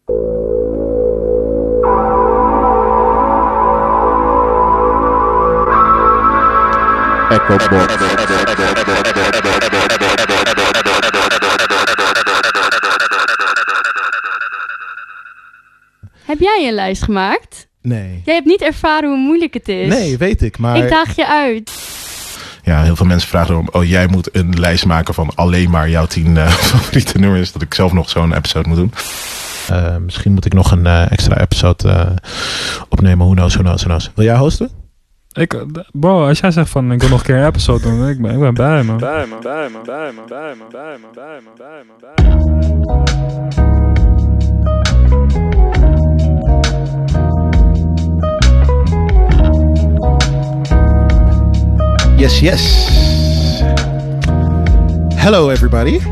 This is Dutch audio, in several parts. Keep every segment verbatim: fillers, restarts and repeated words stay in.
Echo Box. Heb jij een lijst gemaakt? Nee. Jij hebt niet ervaren hoe moeilijk het is. Nee, weet ik, maar... Ik daag je uit. Ja, heel veel mensen vragen erom, oh, jij moet een lijst maken van alleen maar jouw tien uh, favoriete nummers, dat ik zelf nog zo'n episode moet doen. Uh, misschien moet ik nog een uh, extra episode uh, opnemen. Who knows, who knows, who knows. Wil jij hosten? Ik, bro, als jij zegt van ik wil nog een keer een episode doen, ik ben, ik ben bij man. Bij man, bij man, bij man, bij man, bij man, bij man, bij man, bij man. Yes, yes. Hello everybody.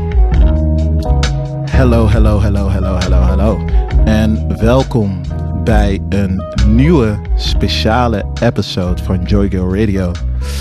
Hello, hello, hello, hello, hello, hello. En welkom bij een nieuwe speciale episode van Joy Girl Radio.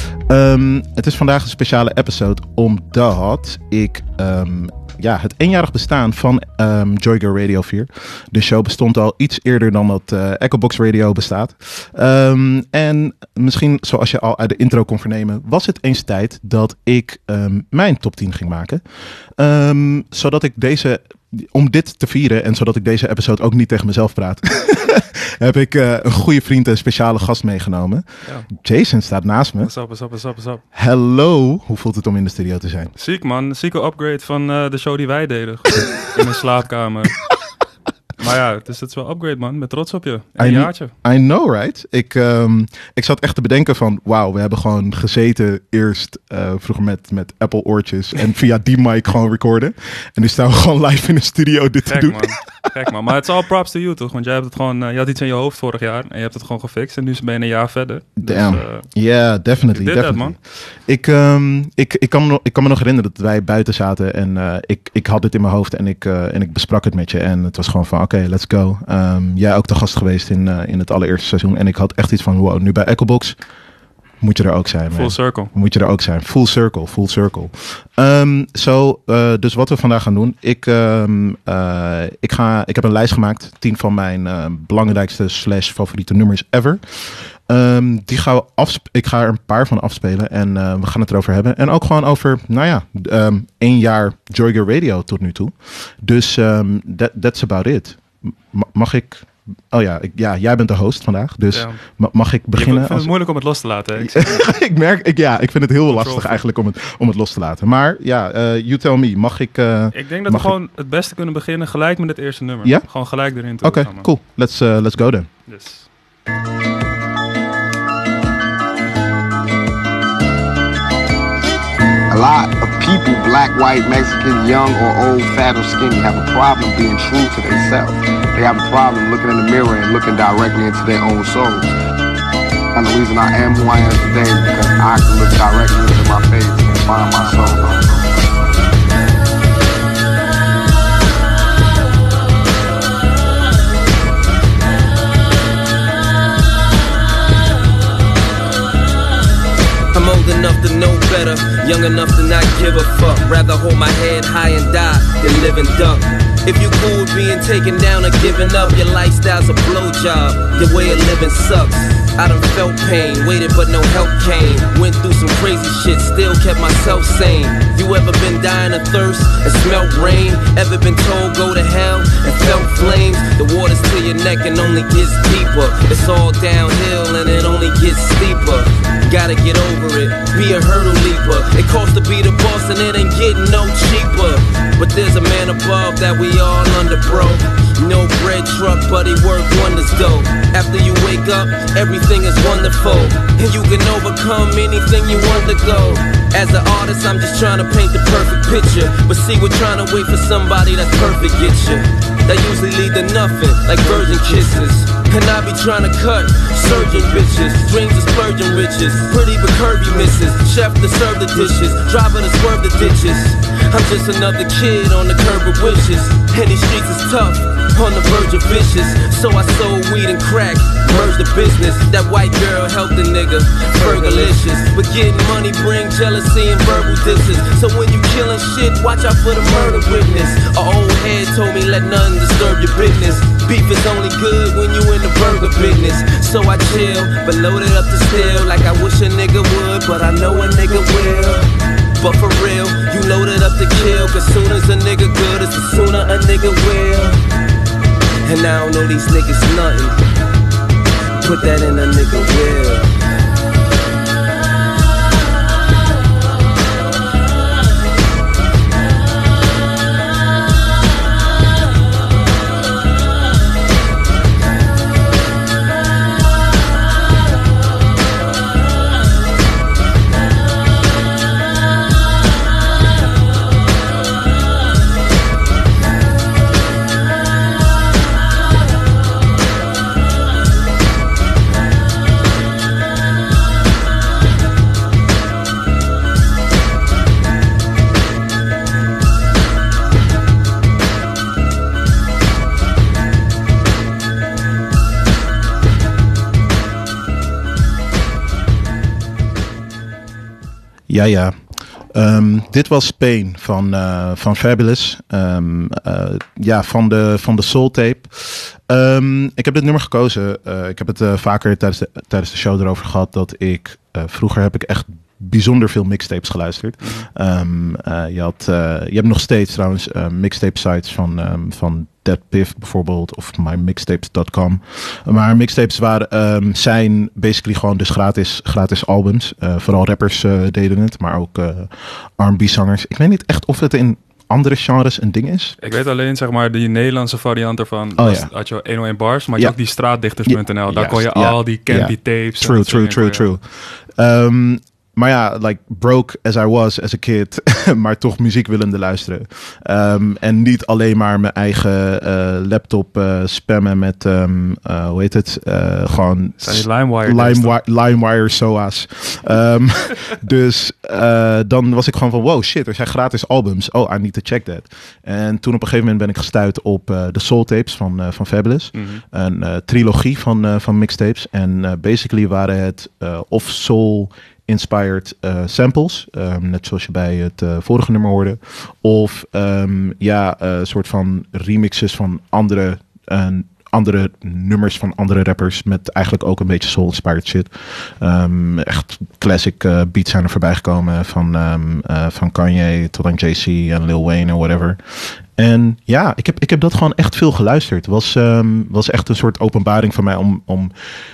Um, het is vandaag een speciale episode omdat ik um, ja, het eenjarig bestaan van um, Joy Girl Radio vier. De show bestond al iets eerder dan dat uh, Echo Box Radio bestaat. Um, en misschien, zoals je al uit de intro kon vernemen, was het eens tijd dat ik um, mijn top tien ging maken. Um, zodat ik deze... Om dit te vieren en zodat ik deze episode ook niet tegen mezelf praat, heb ik uh, een goede vriend en een speciale gast meegenomen. Ja. Jason staat naast me. What's up, what's up, what's up, what's up? Hallo, hoe voelt het om in de studio te zijn? Ziek man, zieke upgrade van uh, de show die wij deden. In mijn slaapkamer. Maar ja, dus het is wel upgrade man, ik ben trots op je. Een I jaartje. I know right. Ik, um, ik zat echt te bedenken van, wauw, we hebben gewoon gezeten eerst uh, vroeger met, met Apple oortjes en via die mic gewoon recorden. En nu staan we gewoon live in de studio dit Gek, te doen. Man. Gek man, maar het is all props to you toch? Want jij hebt het gewoon, uh, je had iets in je hoofd vorig jaar en je hebt het gewoon gefixt en nu ben je een jaar verder. Damn. Dus, uh, yeah, definitely. You did definitely. that, man. Ik, um, ik, ik, kan me nog, ik kan me nog herinneren dat wij buiten zaten en uh, ik, ik had dit in mijn hoofd en ik, uh, en ik besprak het met je. En het was gewoon van, oké, okay, let's go. Um, jij ook de gast geweest in, uh, in het allereerste seizoen. En ik had echt iets van, wow, nu bij Echo Box moet je er ook zijn. Full man. circle. Moet je er ook zijn. Full circle, full circle. Um, so, uh, dus wat we vandaag gaan doen. Ik, um, uh, ik, ga, ik heb een lijst gemaakt. Tien van mijn uh, belangrijkste slash favoriete nummers ever. Um, die gaan we afsp- ik ga er een paar van afspelen en uh, we gaan het erover hebben. En ook gewoon over, nou ja, um, één jaar Joy Girl Radio tot nu toe. Dus um, that, that's about it. M- mag ik... Oh ja, ik, ja, jij bent de host vandaag, dus ja. ma- mag ik beginnen? Ik vind als... het moeilijk om het los te laten. Hè? Ik, ik merk, ik, ja, ik vind het heel Control lastig for. eigenlijk om het, om het los te laten. Maar ja, uh, you tell me, mag ik... Uh, ik denk dat we gewoon ik... het beste kunnen beginnen gelijk met het eerste nummer. Ja? Gewoon gelijk erin toe. Oké, okay, cool. Let's, uh, let's go then. Yes. A lot of people, black, white, Mexican, young or old, fat or skinny, have a problem being true to themselves. They have a problem looking in the mirror and looking directly into their own souls. And the reason I am who I am today is because I can look directly into my face and find my soul. Old enough to know better, young enough to not give a fuck. Rather hold my head high and die than live and duck. If you cool with being taken down or giving up, your lifestyle's a blowjob, your way of living sucks. I done felt pain, waited but no help came. Went through some crazy shit, still kept myself sane. You ever been dying of thirst and smelt rain? Ever been told go to hell and felt flames? The water's to your neck and only gets deeper. It's all downhill and it only gets steeper. Gotta get over it, be a hurdle leaper. It costs to be the boss and it ain't getting no cheaper. But there's a man above that we all under, bro. No bread truck, but he work wonders though. After you wake up, everything is wonderful. And you can overcome anything you undergo. As an artist, I'm just trying to paint the perfect picture. But see, we're trying to wait for somebody that's perfect, get you. That usually lead to nothing, like virgin kisses. And I be trying to cut surgeon bitches, dreams of splurging riches, pretty but curvy misses, chef to serve the dishes, driver to swerve the ditches. I'm just another kid on the curb with wishes, and these streets is tough. on the verge of vicious. So I sold weed and crack, merged the business. That white girl helped the nigga, Fergalicious. But getting money bring jealousy and verbal disses. So when you killing shit, watch out for the murder witness. A old head told me let nothing disturb your business. Beef is only good when you in the burger business. So I chill, but loaded up the still like I wish a nigga would, but I know a nigga will. But for real, you loaded up to kill, cause soon as a nigga good is the sooner a nigga will. And I don't know these niggas nothing. Put that in a nigga will. Ja, ja. Um, dit was Pain van, uh, van Fabolous. Um, uh, ja, van de, van de Soul Tape. Um, ik heb dit nummer gekozen. Uh, ik heb het uh, vaker tijdens de, tijdens de show erover gehad dat ik... Uh, vroeger heb ik echt bijzonder veel mixtapes geluisterd. Um, uh, je, had, uh, je hebt nog steeds trouwens uh, mixtape sites van, um, van Dead Piff bijvoorbeeld of my mixtapes dot com. Maar mixtapes waren, um, zijn basically gewoon dus gratis, gratis albums. Uh, vooral rappers uh, deden het, maar ook uh, R en B-zangers. Ik weet niet echt of het in andere genres een ding is. Ik weet alleen, zeg maar, die Nederlandse variant ervan. Oh, was, ja. had je honderdéén bars, maar je Ja. had ook die straatdichters punt n l. Ja, Daar kon je ja. al die campy Ja. tapes. True, true, true, true. Um, maar ja, like broke as I was as a kid, maar toch muziek willende luisteren. Um, en niet alleen maar mijn eigen uh, laptop uh, spammen met, um, uh, hoe heet het? Uh, gewoon Zijn die LimeWire? LimeWire, LimeWire S O A's. Um, dus uh, dan was ik gewoon van, wow, shit, er zijn gratis albums. Oh, I need to check that. En toen op een gegeven moment ben ik gestuurd op uh, de Soul Tapes van, uh, van Fabolous. Mm-hmm. Een uh, trilogie van, uh, van mixtapes. En uh, basically waren het uh, of soul inspired uh, samples, um, net zoals je bij het uh, vorige nummer hoorde, of um, ja, een uh, soort van remixes van andere, uh, andere nummers van andere rappers met eigenlijk ook een beetje soul inspired shit. Um, echt classic uh, beats zijn er voorbij gekomen van, um, uh, van Kanye tot aan Jay-Z en Lil Wayne en whatever. En ja, ik heb, ik heb dat gewoon echt veel geluisterd. Het was, um, was echt een soort openbaring van mij om, om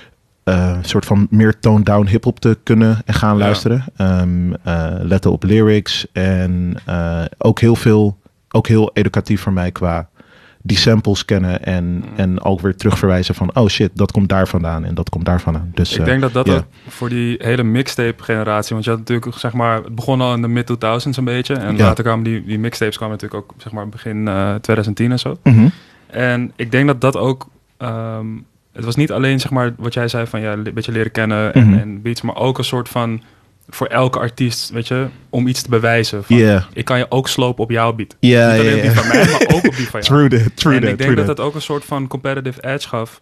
Uh, een soort van meer toned down hip-hop te kunnen en gaan Ja. luisteren. Um, uh, letten op lyrics en uh, ook heel veel, ook heel educatief voor mij qua die samples kennen en, mm. en ook weer terugverwijzen van oh shit, dat komt daar vandaan en dat komt daar vandaan. Dus, Ik uh, denk dat dat yeah. ook voor die hele mixtape generatie, want je had natuurlijk, zeg maar, het begon al in de mid tweeduizends een beetje en Ja. later kwamen die, die mixtapes kwamen natuurlijk ook, zeg maar, begin uh, twintig tien en zo. Mm-hmm. En ik denk dat dat ook, um, het was niet alleen, zeg maar, wat jij zei van ja, een beetje leren kennen en, Mm-hmm. en beats, maar ook een soort van voor elke artiest, weet je, om iets te bewijzen. Van, Yeah. ik kan je ook slopen op jouw beat. Ja, niet ja, alleen op die ja. van mij, maar ook op die van jou. True that, true en that, ik denk true dat that. dat ook een soort van competitive edge gaf.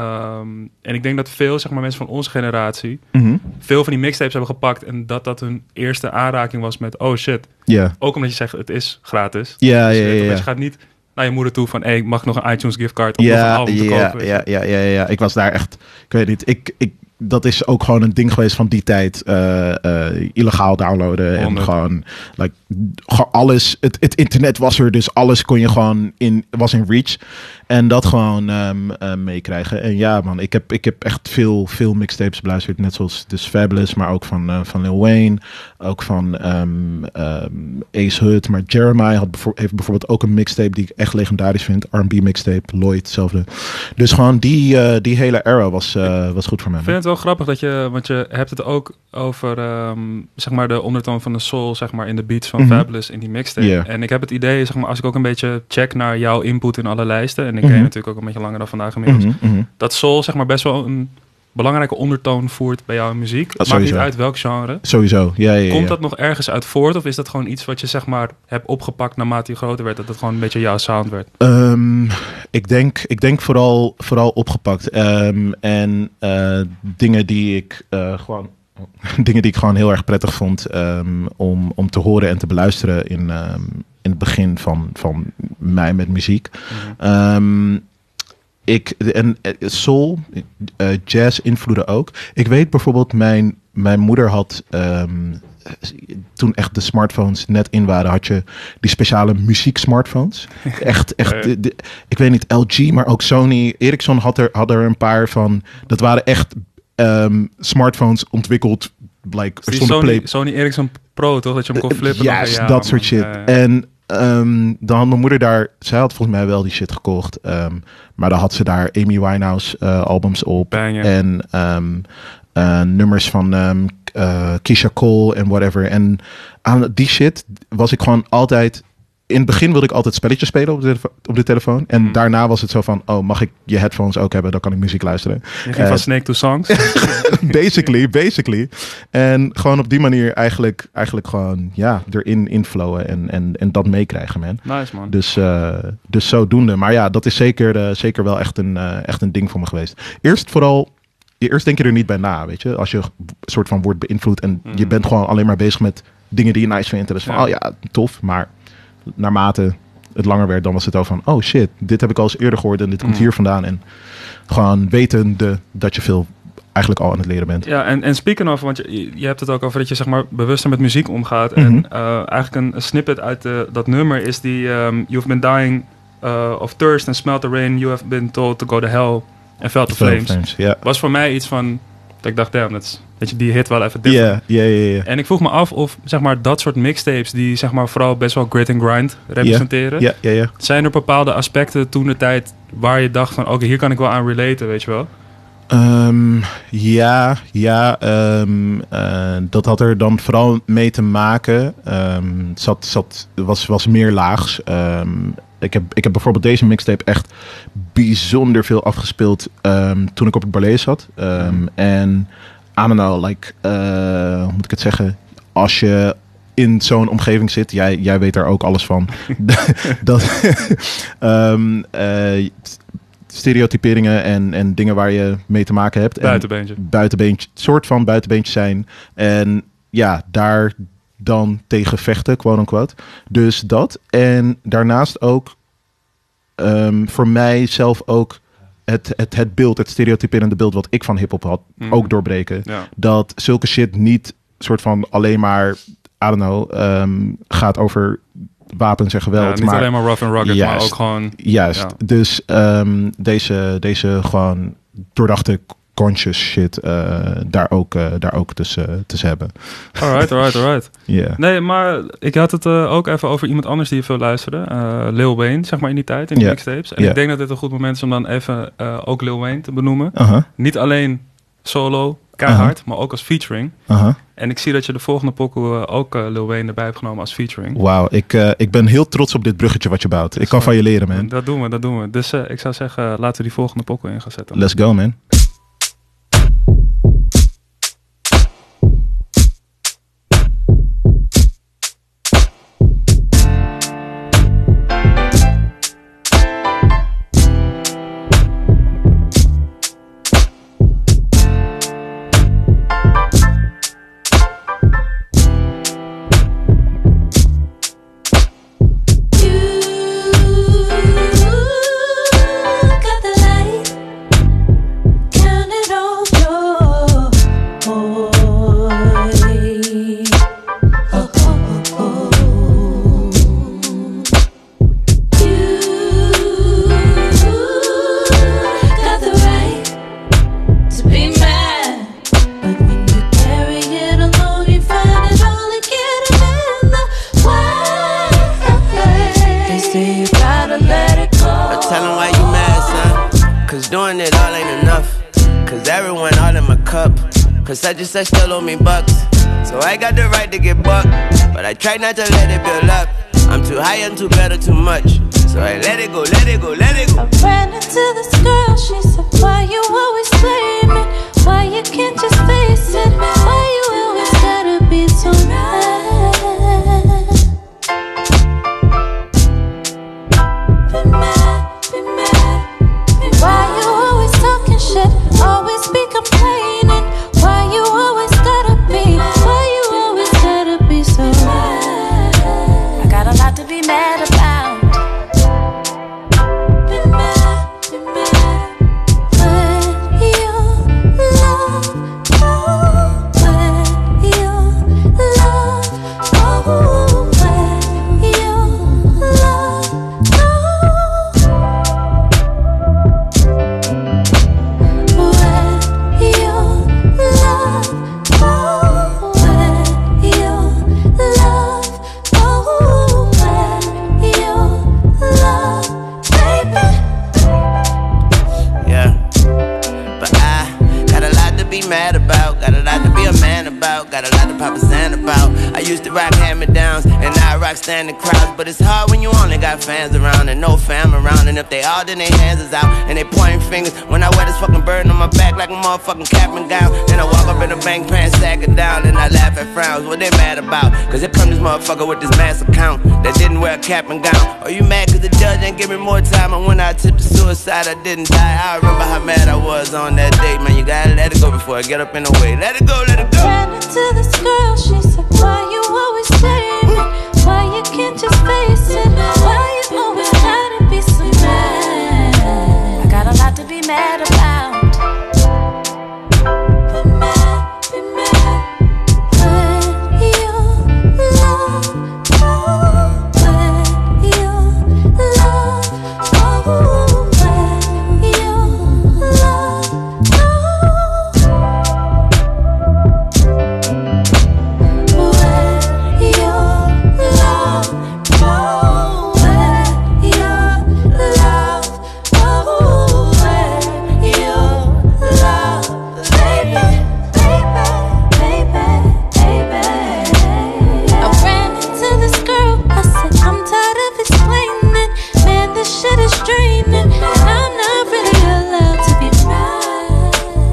Um, en ik denk dat veel, zeg maar, mensen van onze generatie Mm-hmm. veel van die mixtapes hebben gepakt en dat dat hun eerste aanraking was met oh shit. Ja, Ook omdat je zegt het is gratis. ja, Dus ja, je weet ja, toch, ja. je gaat niet naar je moeder toe van hey, mag ik nog een iTunes giftcard om nog een Ja, album te ja, kopen? ja, ja, ja, ja. Ik was daar echt, ik weet niet, ik, ik, dat is ook gewoon een ding geweest van die tijd. Uh, uh, illegaal downloaden en honderd gewoon, like, gewoon alles. Het, het internet was er, dus alles kon je gewoon in, was in reach. En dat gewoon um, uh, meekrijgen. En ja, man, ik heb, ik heb echt veel, veel mixtapes beluisterd. Net zoals dus Fabolous, maar ook van, uh, van Lil Wayne. Ook van um, um, Ace Hood. Maar Jeremiah had bevo- heeft bijvoorbeeld ook een mixtape die ik echt legendarisch vind. R en B mixtape, Lloyd, hetzelfde. Dus gewoon die, uh, die hele era was, uh, was goed voor mij. Ik vind het wel grappig dat je, want je hebt het ook over, um, zeg maar, de ondertoon van de soul, zeg maar, in de beats van Mhm. Fabolous in die mixtape. Yeah. En ik heb het idee, zeg maar, als ik ook een beetje check naar jouw input in alle lijsten, en ik ken Mhm. je natuurlijk ook een beetje langer dan vandaag inmiddels, Mhm, mhm. dat soul, zeg maar, best wel een belangrijke ondertoon voert bij jouw muziek. Het maakt niet uit welk genre. Sowieso, ja, ja, ja. Komt dat nog ergens uit voort? Of is dat gewoon iets wat je zeg maar hebt opgepakt naarmate je groter werd? Dat het gewoon een beetje jouw sound werd? Um, ik denk, ik denk vooral, vooral opgepakt. Um, en uh, dingen die ik uh, gewoon... dingen die ik gewoon heel erg prettig vond um, om, om te horen en te beluisteren in, um, in het begin van, van mij met muziek. Mm-hmm. Um, ik, en soul, uh, jazz invloeden ook. Ik weet bijvoorbeeld, mijn, mijn moeder had... Um, toen echt de smartphones net in waren, had je die speciale muziek smartphones. Echt, echt. De, de, ik weet niet, L G, maar ook Sony. Ericsson had er, had er een paar van. Dat waren echt um, smartphones ontwikkeld. Like, er Sony, play... Sony Ericsson Pro, toch? Dat je hem kon flippen. Uh, juist, ja, dat soort shit. Ja, ja. En um, dan had mijn moeder daar... Zij had volgens mij wel die shit gekocht. Um, maar dan had ze daar Amy Winehouse uh, albums op. Bang, ja. En um, uh, nummers van... Um, Uh, Keisha Cole en whatever. En aan die shit was ik gewoon altijd... In het begin wilde ik altijd spelletjes spelen op de, op de telefoon. En mm. daarna was het zo van... Oh, mag ik je headphones ook hebben? Dan kan ik muziek luisteren. Je ging uh, van Snake to Songs? basically, basically. En gewoon op die manier eigenlijk, eigenlijk gewoon... Ja, erin inflowen en, en, en dat meekrijgen, man. Nice, man. Dus, uh, dus zodoende. Maar ja, dat is zeker, uh, zeker wel echt een, uh, echt een ding voor me geweest. Eerst vooral... Eerst denk je er niet bij na, weet je. Als je een soort van wordt beïnvloed en mm. je bent gewoon alleen maar bezig met dingen die je nice vindt. En dus van, ja. oh ja, tof. Maar naarmate het langer werd, dan was het al van, oh shit, dit heb ik al eens eerder gehoord en dit komt mm. hier vandaan. En gewoon wetende dat je veel eigenlijk al aan het leren bent. Ja, en, en speaking of, want je, je hebt het ook over dat je zeg maar bewuster met muziek omgaat. Mm-hmm. En uh, eigenlijk een, een snippet uit de, dat nummer is die um, You've been dying uh, of thirst and smelt the rain. You have been told to go to hell. En Felt the Flames. Flames yeah. Was voor mij iets van... Dat ik dacht, damn, dat, is, dat je die hit wel even different. Ja, ja, ja. En ik vroeg me af of zeg maar, dat soort mixtapes... die zeg maar, vooral best wel grit and grind representeren... Yeah. Yeah, yeah, yeah. Zijn er bepaalde aspecten toen de tijd... waar je dacht van, oké, okay, hier kan ik wel aan relaten, weet je wel? Um, ja, ja. Um, uh, dat had er dan vooral mee te maken. Um, zat, zat, was, was meer laags. Um, Ik heb, ik heb bijvoorbeeld deze mixtape echt bijzonder veel afgespeeld um, toen ik op het ballet zat. Um, en I don't know, like, uh, hoe moet ik het zeggen? Als je in zo'n omgeving zit, jij, jij weet daar ook alles van. dat um, uh, stereotyperingen en, en dingen waar je mee te maken hebt. Buitenbeentje. En buitenbeentje, soort van buitenbeentje zijn. En ja, daar... dan tegen vechten, quote-unquote. Dus dat. En daarnaast ook... Um, voor mij zelf ook... Het, het, het beeld, het stereotyperende beeld... wat ik van hiphop had, mm. ook doorbreken. Ja. Dat zulke shit niet... soort van alleen maar... I don't know... Um, gaat over wapens en geweld. Ja, niet maar, alleen maar rough and rugged, juist, maar ook gewoon... Juist. Ja. Dus um, deze, deze gewoon... doordachte... conscious shit uh, daar ook, uh, daar ook tussen, tussen hebben. Alright, alright, alright. Yeah. Nee, maar ik had het uh, ook even over iemand anders die je veel luisterde. Uh, Lil Wayne, zeg maar in die tijd, in die yeah. mixtapes. En yeah. ik denk dat dit een goed moment is om dan even uh, ook Lil Wayne te benoemen. Uh-huh. Niet alleen solo, keihard, uh-huh. maar ook als featuring. Uh-huh. En ik zie dat je de volgende pokoe uh, ook uh, Lil Wayne erbij hebt genomen als featuring. Wauw, ik, uh, ik ben heel trots op dit bruggetje wat je bouwt. Ik kan van je leren, man. Dat doen we, dat doen we. Dus uh, ik zou zeggen, uh, laten we die volgende pokoe in gaan zetten. Let's go, man. I just said still owe me bucks, so I got the right to get bucked, but I try not to let it build up. I'm too high and too better too much, so I let it go, let it go, let it go. I ran into this girl, she said, why you always blame me? about. Got a lot to pop a sand about. I used to rock hand-me-downs, and now I rock standing crowds. But it's hard when you only got fans around and no fam around. And if they all, then their hands is out and they pointing fingers. When I wear this fucking burden on my back like a motherfucking cap and gown. Then I walk up in the bank, pants sack it down, and I laugh at frowns. What they mad about? Cause here come this motherfucker with this mass account that didn't wear a cap and gown. Are you mad cause the judge ain't give me more time? And when I tipped the suicide, I didn't die. I remember how mad I was on that day. Man, you gotta let it go before I get up in the way. Let it go, let it go. Ran into this girl, she said, why you always stay me? Why you can't just face it? Why you always gotta be so mad? I got a lot to be mad about. Be mad, be mad. When your love, oh, when your love, oh, when your love, oh, when your love, oh, when your love, oh, when your love, baby, baby, baby, baby. I ran into this girl, I said, I'm tired of explaining. Man, this shit is draining, and I'm not really allowed to be mad.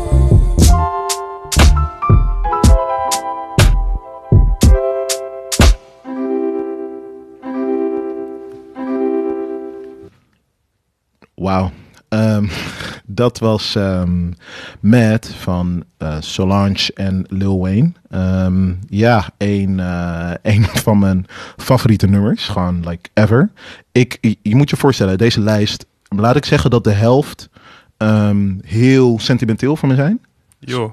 Wauw. Um, dat was um, Mad van uh, Solange en Lil Wayne. Um, ja, een, uh, een van mijn favoriete nummers. Gewoon like ever. Ik, je, je moet je voorstellen, deze lijst, laat ik zeggen dat de helft um, heel sentimenteel voor me zijn. Yo.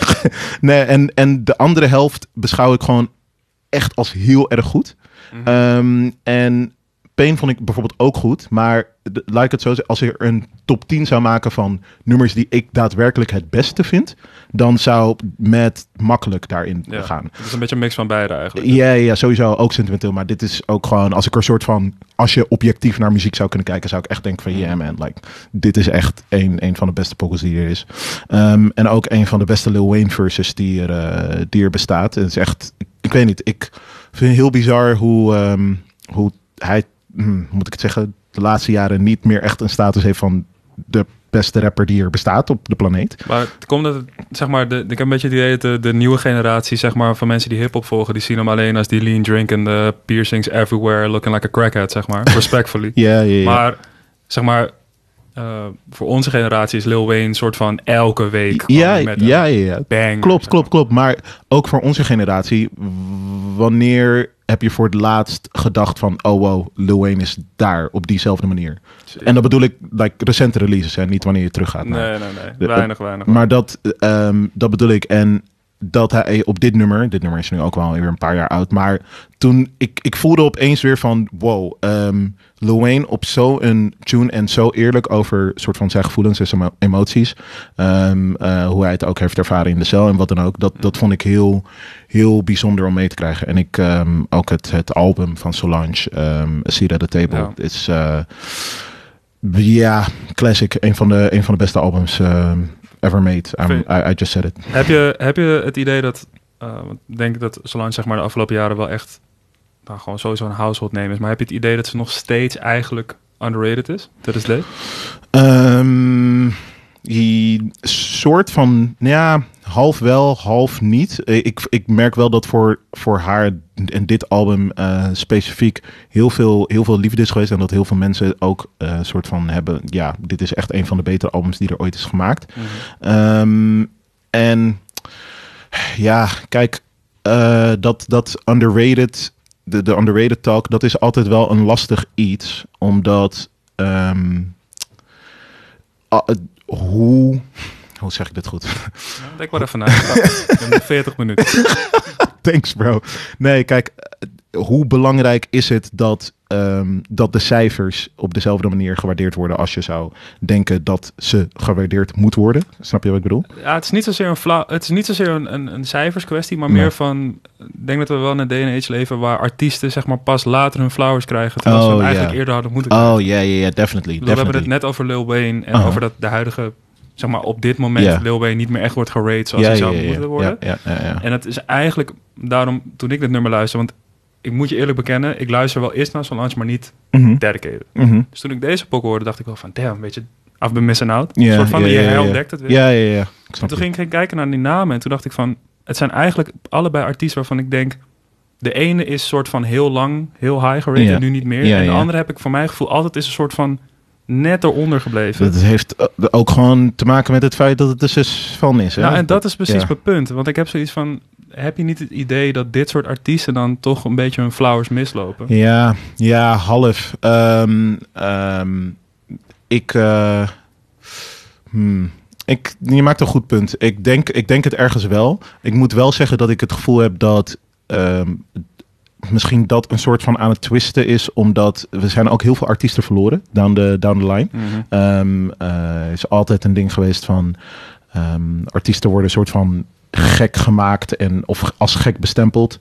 Nee, en, en de andere helft beschouw ik gewoon echt als heel erg goed. Mhm. Um, en Pain vond ik bijvoorbeeld ook goed. Maar de- laat ik het zo zeggen, als ik er een top tien zou maken van nummers die ik daadwerkelijk het beste vind, dan zou Mad makkelijk daarin Ja. gaan. Het is een beetje een mix van beide eigenlijk. Ja, ja, sowieso ook sentimenteel. Maar dit is ook gewoon, als ik er een soort van, als je objectief naar muziek zou kunnen kijken, zou ik echt denken van, yeah man, like, dit is echt een, een van de beste pokkels die er is. Um, en ook een van de beste Lil Wayne verses die er, uh, die er bestaat. Het is echt, ik, ik weet niet, ik vind het heel bizar hoe, um, hoe hij, hmm, hoe moet ik het zeggen, de laatste jaren niet meer echt een status heeft van de beste rapper die er bestaat op de planeet. Maar het komt dat het, zeg maar, de, ik heb een beetje het idee dat de, de nieuwe generatie, zeg maar, van mensen die hip-hop volgen, die zien hem alleen als die lean drinkende piercings everywhere, looking like a crackhead, zeg maar. Respectfully. Ja, ja, ja. Maar, zeg maar, uh, voor onze generatie is Lil Wayne een soort van elke week. Ja, gewoon met een ja, ja, ja. banger, Klopt, zeg klopt, klopt. Maar ook voor onze generatie, w- wanneer heb je voor het laatst gedacht van, oh wow, Lil Wayne is daar op diezelfde manier? En dat bedoel ik, like, recente releases, hè? Niet wanneer je teruggaat. Nee, naar- nee, nee. de- Weinig, weinig. Maar dat, um, dat bedoel ik. En dat hij op dit nummer, dit nummer is nu ook wel weer een paar jaar oud, maar toen, ik, ik voelde opeens weer van, wow, um, Lil Wayne op zo'n tune en zo eerlijk over soort van zijn gevoelens en zijn emo- emoties. Um, uh, hoe hij het ook heeft ervaren in de cel en wat dan ook. Dat, dat vond ik heel, heel bijzonder om mee te krijgen. En ik, um, ook het, het album van Solange, um, A Seat at the Table, Ja. is, uh, ja, classic. Een van de, een van de beste albums um, ever made. I'm, Vind- I, I just said it. Heb je, heb je het idee dat, uh, want ik denk dat Solange, zeg maar, de afgelopen jaren wel echt, nou, gewoon sowieso een household name is. Maar heb je het idee dat ze nog steeds eigenlijk underrated is? Dat is dit? Um, die soort van, ja, half wel, half niet. Eh, Ik, ik merk wel dat voor, voor haar en dit album uh, specifiek heel veel, heel veel liefde is geweest. En dat heel veel mensen ook uh, soort van hebben, ja, dit is echt een van de betere albums die er ooit is gemaakt. Um, en ja, kijk, uh, dat, dat underrated, de, de underrated talk, dat is altijd wel een lastig iets. Omdat, um, uh, hoe, hoe zeg ik dit goed? Ja, denk maar even na. We hebben veertig minuten. Thanks bro. Nee, kijk, uh, hoe belangrijk is het dat, um, dat de cijfers op dezelfde manier gewaardeerd worden als je zou denken dat ze gewaardeerd moet worden? Snap je wat ik bedoel? Ja, het is niet zozeer een, flauw, het is niet zozeer een, een, een cijferskwestie, maar Nee. meer van, ik denk dat we wel in een day and age leven waar artiesten, zeg maar, pas later hun flowers krijgen, terwijl ze Oh, hem ja. eigenlijk eerder hadden moeten krijgen. Oh ja, ja, ja, definitely. Ik bedoel, we hebben definitely. het net over Lil Wayne en Uh-huh. over dat de huidige zeg maar op dit moment Ja. Lil Wayne niet meer echt wordt gerate zoals ja, hij ja, zou ja, ja. moeten worden. Ja, ja, ja, ja. En het is eigenlijk daarom, toen ik dit nummer luisterde, want ik moet je eerlijk bekennen, ik luister wel eerst naar Solange, maar niet Mhm, dedicated. mhm. Dus toen ik deze pokoe hoorde, dacht ik wel van, damn, weet je, I've been missing out. Ja, een soort van, ja, je ja, ja, ja. herontdekt het weer. Ja, ja, ja. Ik En snap toen je. ging ik kijken naar die namen en toen dacht ik van, het zijn eigenlijk allebei artiesten waarvan ik denk, de ene is soort van heel lang, heel high gerate Ja. en nu niet meer. Ja, en de ja. andere heb ik voor mijn gevoel altijd is een soort van net eronder gebleven. Dat heeft eh, ook gewoon te maken met het feit dat het de zus van is. Hè? Nou, en dat is precies ja. mijn punt. Want ik heb zoiets van, heb je niet het idee dat dit soort artiesten dan toch een beetje hun flowers mislopen? Ja, ja, half. Ehm, ehm, ik, eh, hmm, ik, je maakt een goed punt. Ik denk, ik denk het ergens wel. Ik moet wel zeggen dat ik het gevoel heb dat ehm, misschien dat een soort van aan het twisten is, omdat we zijn ook heel veel artiesten verloren down the, down the line. Mhm. Ehm, eh, is altijd een ding geweest van ehm, artiesten worden een soort van gek gemaakt en of als gek bestempeld.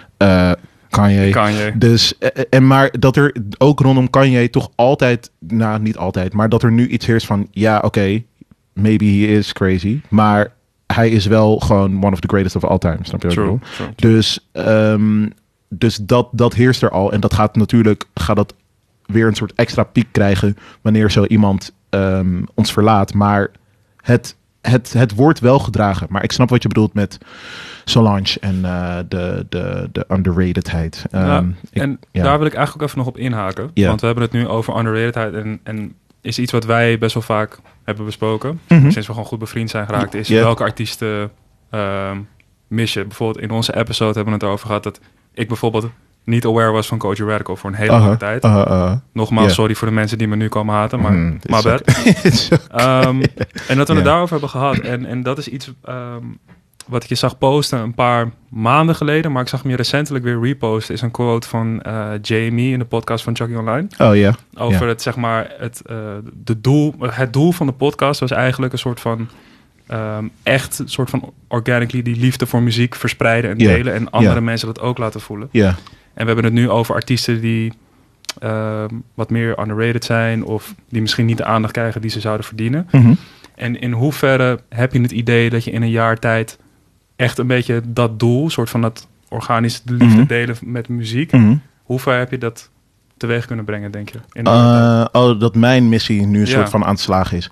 Eh Kanye. Kanye. Dus, eh, en maar dat er ook rondom Kanye toch altijd, nou niet altijd, maar dat er nu iets heerst van, ja oké, okay, maybe he is crazy, maar hij is wel gewoon one of the greatest of all time, snap je wat ik True, bedoel? true. Dus, um, dus dat, dat heerst er al en dat gaat natuurlijk, gaat dat weer een soort extra piek krijgen wanneer zo iemand um, ons verlaat, maar het, het, het wordt wel gedragen, maar ik snap wat je bedoelt met Solange en uh, de, de, de underratedheid. Um, Ja, ik- en ja. daar wil ik eigenlijk ook even nog op inhaken. Ja. Want we hebben het nu over underratedheid en, en is iets wat wij best wel vaak hebben besproken. Mhm. Sinds we gewoon goed bevriend zijn geraakt, is Ja. welke artiesten ehm mis je. Bijvoorbeeld in onze episode hebben we het erover gehad dat ik bijvoorbeeld niet aware was van Koji Radical voor een hele Aha, lange tijd. aha, aha. Nogmaals, Ja. sorry voor de mensen die me nu komen haten, maar Mhm, dit my is bad. oké. Het is oké. Ehm, en dat we Ja. het daarover hebben gehad. En, en dat is iets ehm, wat ik je zag posten een paar maanden geleden, maar ik zag hem je recentelijk weer reposten, is een quote van eh Jamie in de podcast van Chucky Online. Oh ja. Over Ja. het, zeg maar, het, eh, de doel, het doel van de podcast was eigenlijk een soort van ehm, echt een soort van organically die liefde voor muziek verspreiden en Ja. delen en andere Ja. mensen dat ook laten voelen. Ja. En we hebben het nu over artiesten die ehm, wat meer underrated zijn of die misschien niet de aandacht krijgen die ze zouden verdienen. Mhm. En in hoeverre heb je het idee dat je in een jaar tijd echt een beetje dat doel, soort van dat organisch de liefde Mhm. delen met muziek, Mhm. hoe ver heb je dat teweeg kunnen brengen, denk je? In de jaar tijd? Uh, oh, dat mijn missie nu een Ja. soort van aan het slagen is.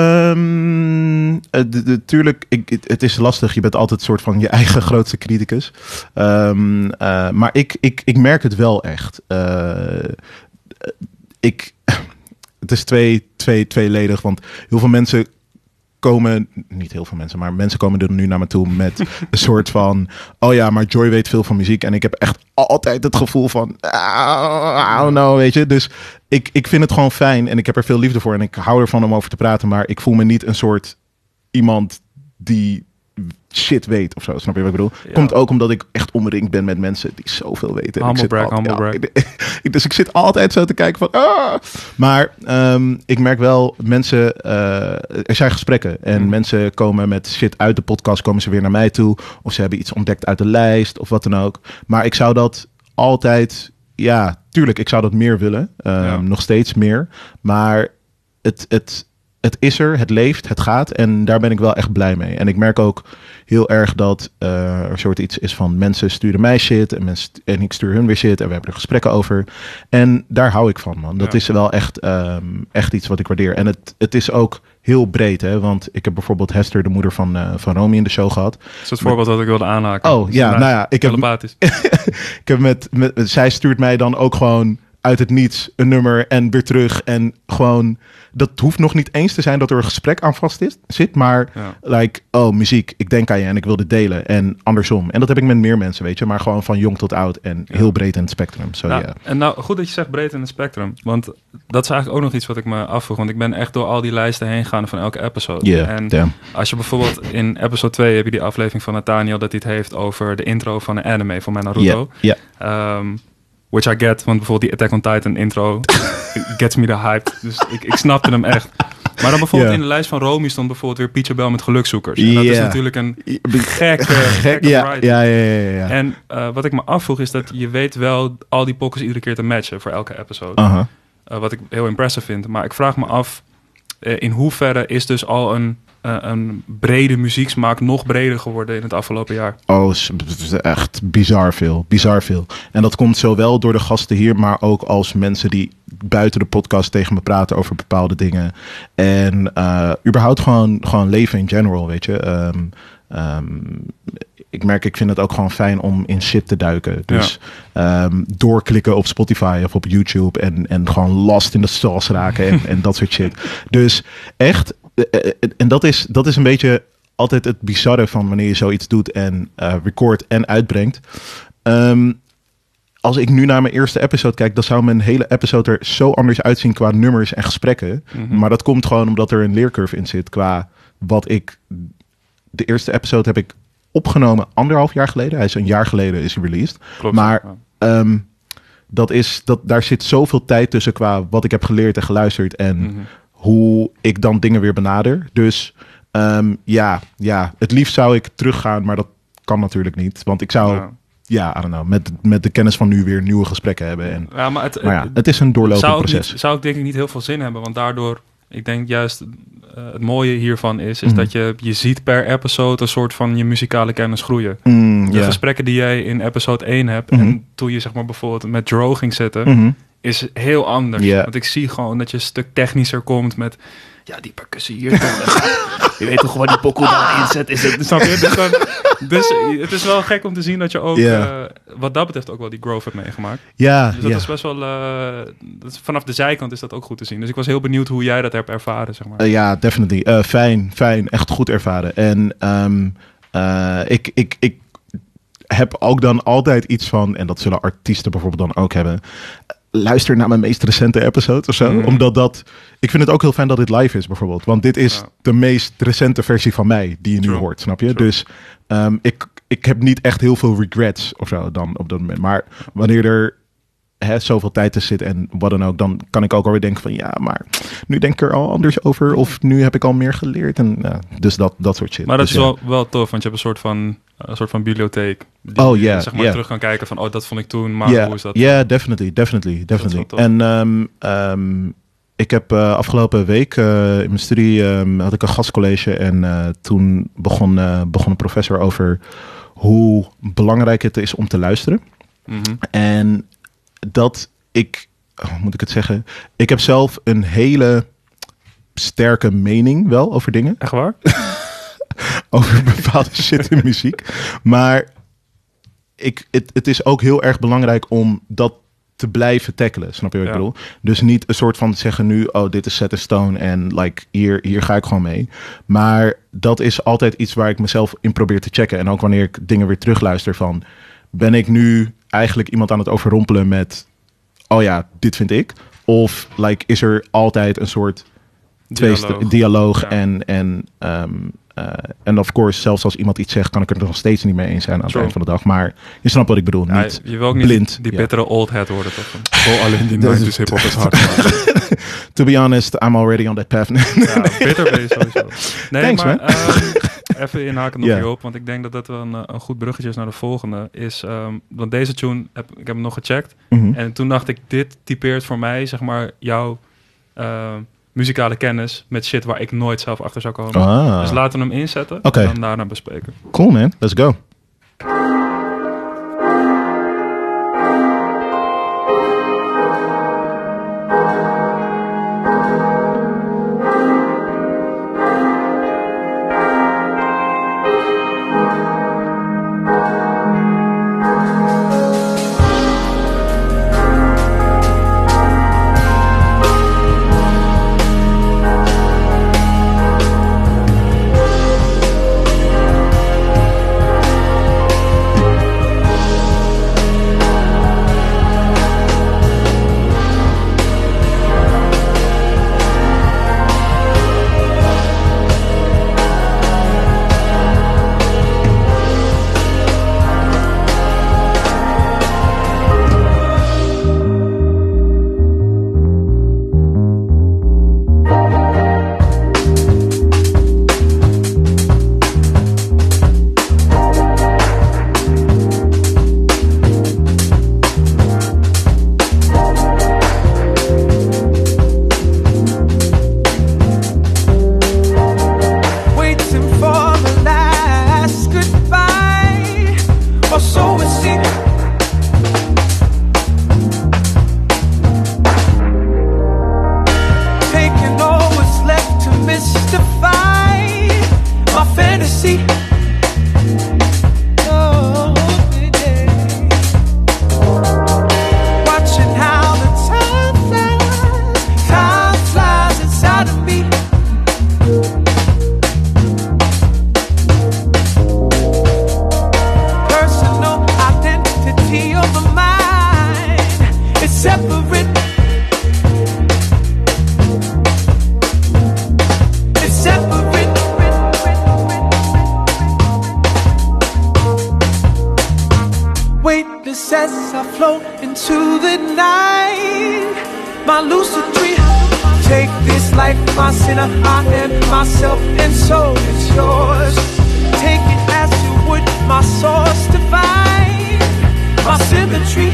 Um, Tuurlijk, ik, het, het is lastig. Je bent altijd een soort van je eigen grootste criticus. Um, uh, maar ik, ik, ik merk het wel echt. Uh, ik, het is twee, twee, tweeledig, want heel veel mensen komen, niet heel veel mensen, maar mensen komen er nu naar me toe met een soort van, oh ja, maar Joy weet veel van muziek en ik heb echt altijd het gevoel van, I don't know, weet je. Dus ik, ik vind het gewoon fijn en ik heb er veel liefde voor en ik hou ervan om over te praten, maar ik voel me niet een soort iemand die shit weet of zo, snap je wat ik bedoel? Ja. Komt ook omdat ik echt omringd ben met mensen die zoveel weten. En Humble ik zit brag, altijd- humble ja, brag. ik- dus ik zit altijd zo te kijken van, ah! Maar um, ik merk wel, mensen, uh, er zijn gesprekken en Mm. mensen komen met shit uit de podcast, komen ze weer naar mij toe of ze hebben iets ontdekt uit de lijst of wat dan ook. Maar ik zou dat altijd, ja, tuurlijk, ik zou dat meer willen, um, Ja. nog steeds meer, maar het, het, het is er, het leeft, het gaat en daar ben ik wel echt blij mee. En ik merk ook heel erg dat uh, er een soort iets is van mensen sturen mij shit en, mensen, en ik stuur hun weer shit en we hebben er gesprekken over. En daar hou ik van, man. Dat Ja. is wel echt, um, echt iets wat ik waardeer. En het, het is ook heel breed, hè. Want ik heb bijvoorbeeld Hester, de moeder van, uh, van Romy, in de show gehad. Dat is het voorbeeld dat ik wilde aanhaken. Oh, Dus ja, nou, nou ja, ik heb- telepathisch. Ik heb met, met, zij stuurt mij dan ook gewoon uit het niets een nummer en weer terug. En gewoon, dat hoeft nog niet eens te zijn dat er een gesprek aan vast is, zit. Maar Ja. like, oh, muziek, ik denk aan je en ik wil dit delen. En andersom. En dat heb ik met meer mensen, weet je. Maar gewoon van jong tot oud en Ja. heel breed in het spectrum. Zo, Ja, ja. En nou, goed dat je zegt breed in het spectrum. Want dat is eigenlijk ook nog iets wat ik me afvroeg. Want ik ben echt door al die lijsten heen gegaan van elke episode. Yeah, en damn. als je bijvoorbeeld in episode twee heb je die aflevering van Nathaniel dat hij het heeft over de intro van een anime van mijn Naruto. Ja, ja. Um, which I get, want bijvoorbeeld die Attack on Titan intro gets me the hype. Dus ik, ik snapte hem echt. Maar dan bijvoorbeeld Ja. in de lijst van Romy stond bijvoorbeeld weer Peach Bell met Gelukzoekers. En dat is Ja. natuurlijk een gekke, Gek, gekke ja, variety. ja, ja, ja, ja. En uh, wat ik me afvroeg is dat je weet wel al die pokkers iedere keer te matchen voor elke episode. Aha. Uh, wat ik heel impressive vind. Maar ik vraag me af, uh, in hoeverre is dus al een, uh, een brede muzieksmaak nog breder geworden in het afgelopen jaar? Oh, het is echt bizar veel. Bizar veel. En dat komt zowel door de gasten hier, maar ook als mensen die buiten de podcast tegen me praten over bepaalde dingen. En uh, überhaupt gewoon, gewoon leven in general, weet je. Um, um, ik merk, ik vind het ook gewoon fijn om in shit te duiken. Dus ja. um, doorklikken op Spotify of op YouTube en, en gewoon last in de sauce raken en, en dat soort shit. Dus echt, en dat is, dat is een beetje altijd het bizarre van wanneer je zoiets doet en uh, record en uitbrengt. Um, als ik nu naar mijn eerste episode kijk, dan zou mijn hele episode er zo anders uitzien qua nummers en gesprekken. Mm-hmm. Maar dat komt gewoon omdat er een leercurve in zit qua wat ik... De eerste episode heb ik opgenomen anderhalf jaar geleden. Hij is een jaar geleden is hij released. Klopt, maar ja. um, dat is, dat, daar zit zoveel tijd tussen qua wat ik heb geleerd en geluisterd. En mm-hmm. hoe ik dan dingen weer benader. Dus um, ja, ja, het liefst zou ik teruggaan, maar dat kan natuurlijk niet. Want ik zou... Ja. Ja, I don't know. Met, met de kennis van nu weer nieuwe gesprekken hebben. En, ja, maar het, maar ja, het is een doorlopend zou proces. Niet, zou ik denk ik niet heel veel zin hebben. Want daardoor, ik denk juist uh, het mooie hiervan is... is Mm-hmm. dat je, je ziet per episode een soort van je muzikale kennis groeien. Mm, de yeah. gesprekken die jij in episode één hebt... Mm-hmm. en toen je zeg maar bijvoorbeeld met Dro ging zitten... Mm-hmm. is heel anders. Yeah. Want ik zie gewoon dat je een stuk technischer komt met... Ja, die percussie hier. Je weet toch gewoon die pokoe daarin zet. Is het, snap je? Dus, dan, dus het is wel gek om te zien dat je ook... Yeah. Uh, wat dat betreft ook wel die growth hebt meegemaakt. Ja, dus dat ja. is best wel... Uh, dat is, vanaf de zijkant is dat ook goed te zien. Dus ik was heel benieuwd hoe jij dat hebt ervaren, zeg maar. Uh, ja, definitely. Uh, fijn, fijn. Echt goed ervaren. En um, uh, ik, ik, ik heb ook dan altijd iets van... En dat zullen artiesten bijvoorbeeld dan ook hebben... Luister naar mijn meest recente episode of zo. Mm. Omdat dat... Ik vind het ook heel fijn dat dit live is bijvoorbeeld. Want dit is ja. de meest recente versie van mij die je nu True. hoort, snap je? True. Dus um, ik, ik heb niet echt heel veel regrets of zo dan op dat moment. Maar wanneer er hè, zoveel tijd tussen zit en wat dan ook... dan kan ik ook alweer denken van... ja, maar nu denk ik er al anders over... of nu heb ik al meer geleerd. En, ja, dus dat, dat soort shit. Maar dat dus, is wel, ja. wel tof, want je hebt een soort van... een soort van bibliotheek. Die oh ja, yeah, zeg maar yeah. terug kan kijken van, oh, dat vond ik toen, maar yeah, hoe is dat? Ja, yeah, definitely, definitely, definitely. En um, um, ik heb uh, afgelopen week uh, in mijn studie um, had ik een gastcollege en uh, toen begon, uh, begon een professor over hoe belangrijk het is om te luisteren. Mm-hmm. En dat ik, hoe moet ik het zeggen? Ik heb zelf een hele sterke mening wel over dingen. Echt waar? Over bepaalde shit in muziek. Maar ik, het, het is ook heel erg belangrijk om dat te blijven tackelen. Snap je wat ja. ik bedoel? Dus niet een soort van zeggen nu... oh, dit is set in stone en like, hier, hier ga ik gewoon mee. Maar dat is altijd iets waar ik mezelf in probeer te checken. En ook wanneer ik dingen weer terugluister van... ben ik nu eigenlijk iemand aan het overrompelen met... oh ja, dit vind ik. Of like, is er altijd een soort... dialoog, twee dialoog ja. en... en um, Uh, en of course, zelfs als iemand iets zegt, kan ik het er nog steeds niet mee eens zijn aan True. het eind van de dag. Maar je snapt wat ik bedoel. Ja, niet je wil ook niet blind. die ja. bittere old head worden, toch? Oh, alleen die nineties hip-hop is hard. To be honest, I'm already on that path. Ja, bitter ben je sowieso. Nee, Thanks, maar man. um, even inhaken op yeah. hierop, want ik denk dat dat wel een, een goed bruggetje is naar de volgende. Is, um, want deze tune, heb, ik heb hem nog gecheckt. Mm-hmm. En toen dacht ik, dit typeert voor mij, zeg maar, jouw... Uh, muzikale kennis met shit waar ik nooit zelf achter zou komen. Ah. Dus laten we hem inzetten okay. en dan daarna bespreken. Cool man, let's go. see. Oh, yeah. Watching how the time flies, time flies inside of me. Personal identity of the mind is separate. It's separate. Weightless as I float into the night, my lucid dream. Take this life, my sinner, I am myself, and so it's yours. Take it as you would, my source divine, my symmetry.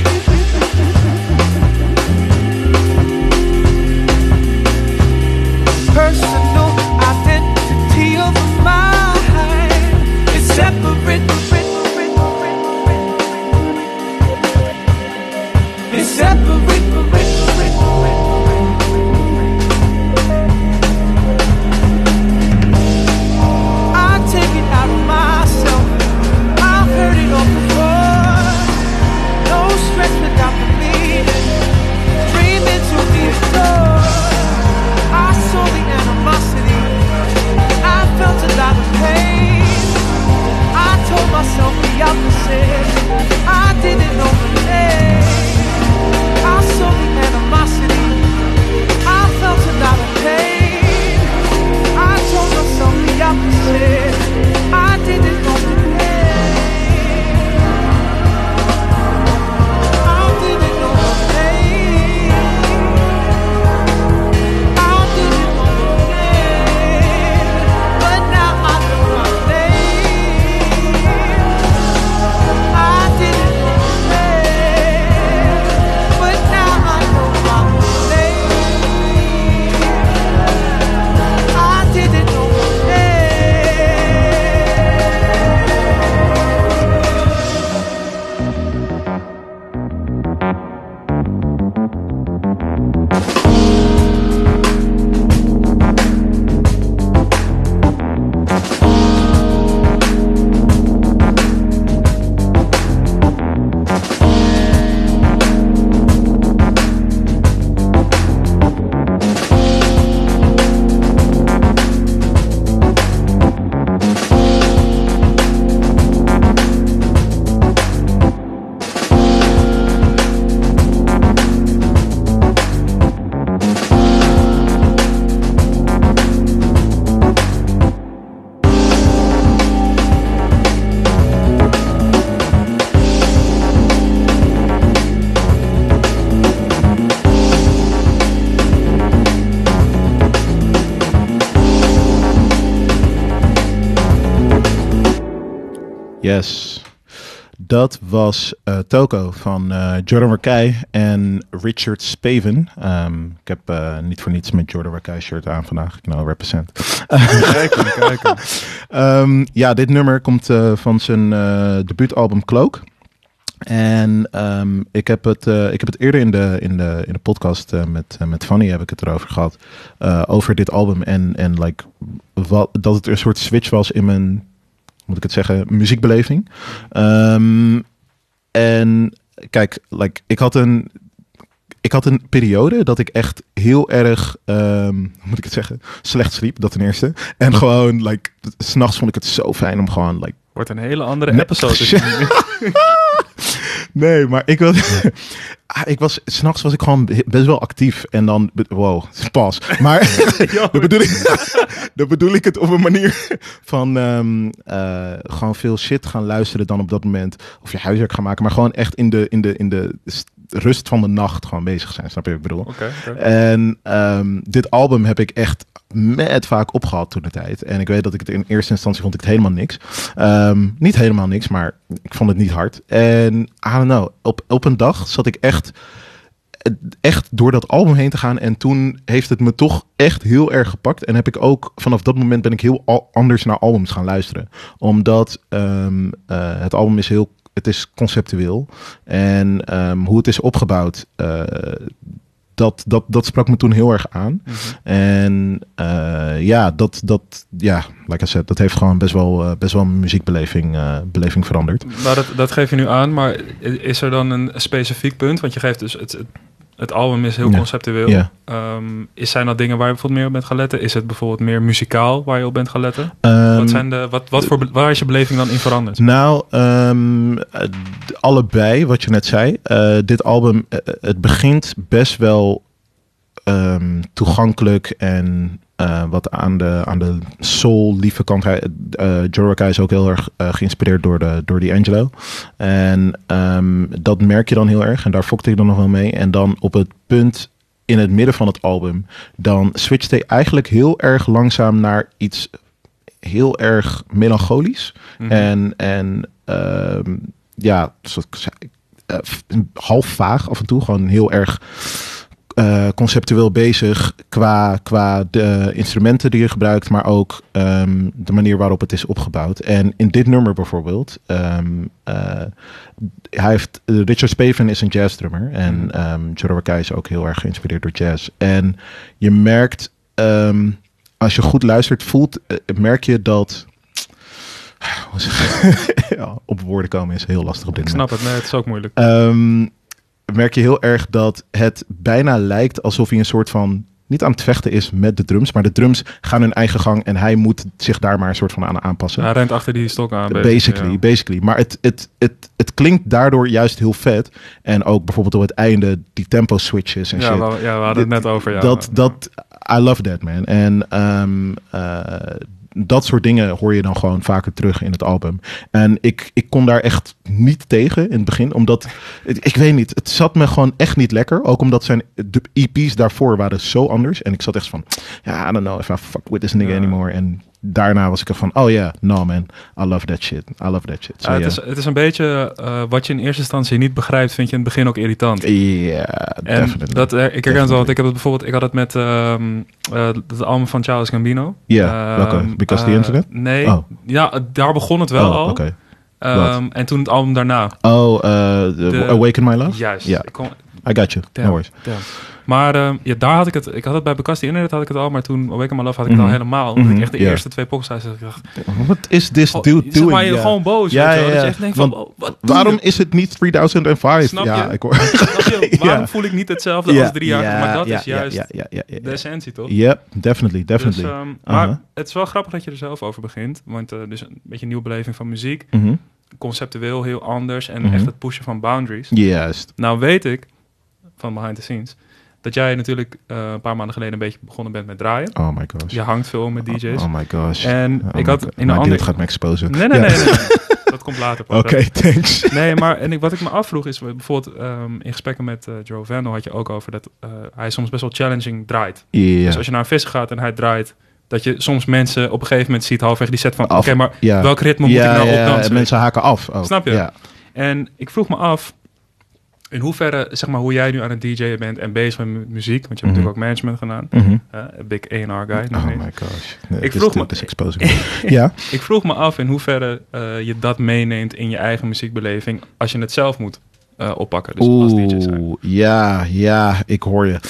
Personal identity of mine is separate. It's separate. I take it out of myself. I've heard it all before. No stress without the meaning. Dreaming to be adored. I saw the animosity. I felt a lot of pain. I told myself the opposite. I didn't know the name. I saw the animosity. I felt a lot of pain. I told myself the opposite. I didn't know the name. I didn't know the name. I didn't know the name. But now I know my name. I didn't know the name. But now I know my name. I didn't know my name. Yes. Dat was uh, Toko van uh, Jordan Rakei en Richard Spaven. Um, ik heb uh, niet voor niets met Jordan Rakei shirt aan vandaag. Ik nou represent. Kijken, kijken. Um, ja, dit nummer komt uh, van zijn uh, debuutalbum Cloak. En um, ik, heb het, uh, ik heb het eerder in de, in de, in de podcast uh, met, uh, met Fanny heb ik het erover gehad. Uh, over dit album en, en like, wat, dat het een soort switch was in mijn, moet ik het zeggen, muziekbeleving. Um, en kijk, like, ik had een... Ik had een periode dat ik echt heel erg, um, hoe moet ik het zeggen, slecht sliep, dat ten eerste. En gewoon, like, 's nachts vond ik het zo fijn om gewoon, like... Wordt een hele andere Nee. episode. Nee, maar ik was... ik was, 's nachts was ik gewoon best wel actief. En dan, wow, pas. Maar dan, bedoel ik, dan bedoel ik het op een manier van um, uh, gewoon veel shit gaan luisteren dan op dat moment. Of je huiswerk gaan maken. Maar gewoon echt in de, in de, in de rust van de nacht gewoon bezig zijn. Snap je wat ik bedoel? Okay, okay. En um, dit album heb ik echt met vaak opgehad toen de tijd. En ik weet dat ik het in eerste instantie vond ik het helemaal niks. Um, niet helemaal niks, maar ik vond het niet hard. En I don't know, op, op een dag zat ik echt, echt door dat album heen te gaan. En toen heeft het me toch echt heel erg gepakt. En heb ik ook, vanaf dat moment ben ik heel al, anders naar albums gaan luisteren. Omdat um, uh, het album is heel, het is conceptueel. En um, hoe het is opgebouwd... Uh, dat, dat, dat sprak me toen heel erg aan. Mhm. En uh, ja, dat, dat, ja, like I said, dat heeft gewoon best wel, uh, best wel mijn muziekbeleving uh, beleving veranderd. Nou, dat, dat geef je nu aan, maar is er dan een specifiek punt? Want je geeft dus het, het, het album is heel Ja. conceptueel. Ja. Um, is zijn dat dingen waar je bijvoorbeeld meer op bent gaan letten? Is het bijvoorbeeld meer muzikaal waar je op bent gaan letten? Um, wat zijn de, wat, wat voor, be- waar is je beleving dan in veranderd? Nou, um, uh, allebei, wat je net zei. Uh, dit album, uh, het begint best wel um, toegankelijk en uh, wat aan de, aan de soul lieve kant. Hij, uh, Jorokai is ook heel erg uh, geïnspireerd door, de, door D'Angelo. En um, dat merk je dan heel erg. En daar fokte ik dan nog wel mee. En dan op het punt in het midden van het album, dan switcht hij eigenlijk heel erg langzaam naar iets heel erg melancholisch. Mhm. En, en um, ja, zoals ik zei, uh, half vaag af en toe. Gewoon heel erg uh, conceptueel bezig qua, qua de instrumenten die je gebruikt, maar ook um, de manier waarop het is opgebouwd. En in dit nummer bijvoorbeeld, um, uh, hij heeft, uh, Richard Spaven is een jazzdrummer en um, Jorokai is ook heel erg geïnspireerd door jazz. En je merkt, um, als je goed luistert, voelt, uh, merk je dat ja, op woorden komen is heel lastig op dit Ik moment. snap het, nee, het is ook moeilijk. Um, merk je heel erg dat het bijna lijkt alsof hij een soort van niet aan het vechten is met de drums, maar de drums gaan hun eigen gang en hij moet zich daar maar een soort van aan aanpassen. Hij rent achter die stok aan. Basically, ja. basically. Maar het, het, het, het klinkt daardoor juist heel vet. En ook bijvoorbeeld op het einde die tempo switches en Ja, shit. we, ja, we hadden het net over. Ja. Dat, dat, I love that, man. En um, uh, dat soort dingen hoor je dan gewoon vaker terug in het album. En ik, ik kon daar echt niet tegen in het begin. Omdat, ik, ik weet niet, het zat me gewoon echt niet lekker. Ook omdat zijn de E P's daarvoor waren zo anders. En ik zat echt van, ja, I don't know if I fuck with this nigga Ja. anymore. En daarna was ik er van, oh ja, yeah, no man, I love that shit. I love that shit. So, Ja, het, yeah. is, het is een beetje uh, wat je in eerste instantie niet begrijpt, vind je in het begin ook irritant. Ja, En definitely. dat, ik herken het wel, Definitely. want ik heb het bijvoorbeeld, ik had het met um, uh, het album van Childish Gambino. Ja, welke? Um, Because the uh, Internet? Nee, Oh. ja, daar begon het wel oh, al. Okay. Um, en toen het album daarna. Oh, uh, De- Awaken My Love? Juist. Ja, Ik kon, I got you. damn, No worries. damn. Maar um, ja, daar had ik het. Ik had het bij Because the Internet had ik het al, maar toen Awaken My Love had ik Mhm. het al helemaal. Omdat Mhm, ik echt de ja. eerste twee pockets zei, ik dacht, What is this oh, dude zeg doing? maar je Ja. gewoon boos. Ja, weet je wel. ja, Dat ja. je echt denkt van, Want oh, wat doe Waarom je? is het niet tweeduizend vijf? Snap ja, je? ik hoor. Snap je? Waarom Ja. voel ik niet hetzelfde Ja, als drie jaar? ja, maar dat ja, is ja, juist ja, ja, ja, ja. de essentie, toch? Yep, definitely, definitely. Dus, um, maar Uh-huh. het is wel grappig dat je er zelf over begint. Want uh, dus een beetje een nieuwe beleving van muziek. Mhm. Conceptueel heel anders. En Mhm. echt het pushen van boundaries. Juist. Nou weet ik, van behind the scenes, dat jij natuurlijk uh, een paar maanden geleden een beetje begonnen bent met draaien. Oh my gosh. Je hangt veel met D J's. Oh, oh my gosh. En Oh ik my had God. in een Maar andere... dit gaat me exposen. Nee, nee, Ja. nee, nee, nee. Dat komt later. pas, Oké, hè. thanks. Nee, maar en ik, wat ik me afvroeg is bijvoorbeeld um, in gesprekken met uh, Joe Vandal had je ook over dat uh, hij soms best wel challenging draait. Ja. Dus als je naar een visser gaat en hij draait, dat je soms mensen op een gegeven moment ziet halverwege die set van, oké, Af- maar ja. welk ritme moet ja, ik nou ja, opdansen? en mensen haken af. Ook. Snap je? Ja. En ik vroeg me af, in hoeverre, zeg maar, hoe jij nu aan het D J'en bent en bezig bent met muziek, want je hebt Mhm. natuurlijk ook management gedaan. Mhm. Uh, big A en R guy. nog Oh niet. my gosh. Nee, Ik this vroeg dude me- is exposing. Ja. Ik vroeg me af in hoeverre uh, je dat meeneemt in je eigen muziekbeleving als je het zelf moet uh, oppakken. Dus als D J zijn. Oeh, ja, ja, ik hoor je.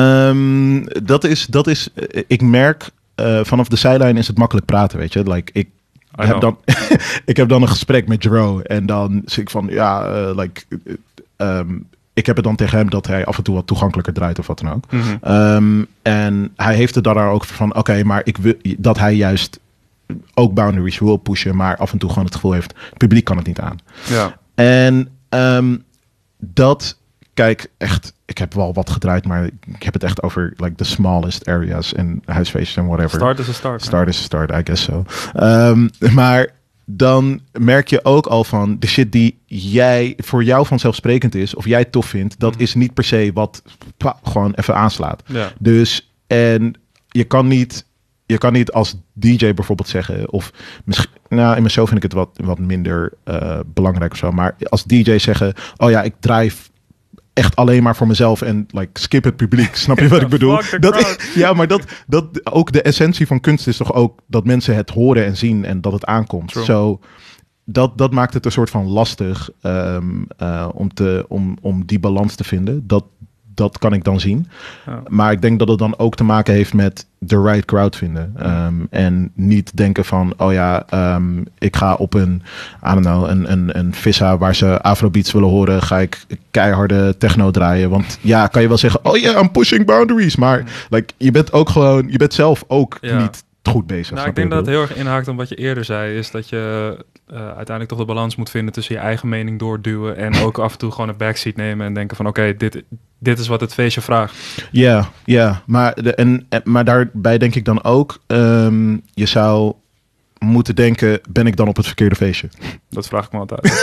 Um, dat is, dat is, uh, ik merk, uh, vanaf de zijlijn is het makkelijk praten, weet je. Like, ik I heb know. dan, ik heb dan een gesprek met Jero en dan zeg ik van, ja, uh, like, uh, um, ik heb het dan tegen hem dat hij af en toe wat toegankelijker draait of wat dan ook. Mhm. Um, en hij heeft het daar ook van, oké, okay, maar ik wil dat hij juist ook boundaries wil pushen, maar af en toe gewoon het gevoel heeft, het publiek kan het niet aan. Ja. En um, dat, kijk, echt, ik heb wel wat gedraaid, maar ik heb het echt over like the smallest areas en huisfeestjes en whatever. Start is een start. Start is a start, I guess so. Um, maar dan merk je ook al van de shit die jij voor jou vanzelfsprekend is, of jij tof vindt, dat Mhm. is niet per se wat pa, gewoon even aanslaat. Ja. Dus, en je kan niet, je kan niet als D J bijvoorbeeld zeggen, of misschien, nou, in mijn show vind ik het wat, wat minder uh, belangrijk of zo, maar als D J zeggen, oh ja, ik draai echt alleen maar voor mezelf en like skip het publiek. Snap je wat ik bedoel? Fuck the Dat, crowd. ja, maar dat, dat ook de essentie van kunst is toch ook dat mensen het horen en zien en dat het aankomt. True. Zo, dat, dat maakt het een soort van lastig um, uh, om, te, om, om die balans te vinden. Dat dat kan ik dan zien. Ja. Maar ik denk dat het dan ook te maken heeft met de right crowd vinden. Um, en niet denken van, oh ja, um, ik ga op een, I don't know, een, een, een vissa waar ze afrobeats willen horen, ga ik keiharde techno draaien. Want ja, kan je wel zeggen, oh ja, yeah, I'm pushing boundaries. Maar like, je bent ook gewoon, je bent zelf ook Ja. niet goed bezig. Nou, snap ik denk je dat wat het heel erg inhaakt op wat je eerder zei. Is dat je uh, uiteindelijk toch de balans moet vinden tussen je eigen mening doorduwen. En ook af en toe gewoon een backseat nemen en denken van oké, okay, dit, dit is wat het feestje vraagt. Ja, yeah, ja. Yeah. Maar, de, en, en, maar daarbij denk ik dan ook, um, je zou moeten denken, ben ik dan op het verkeerde feestje? Dat vraag ik me altijd.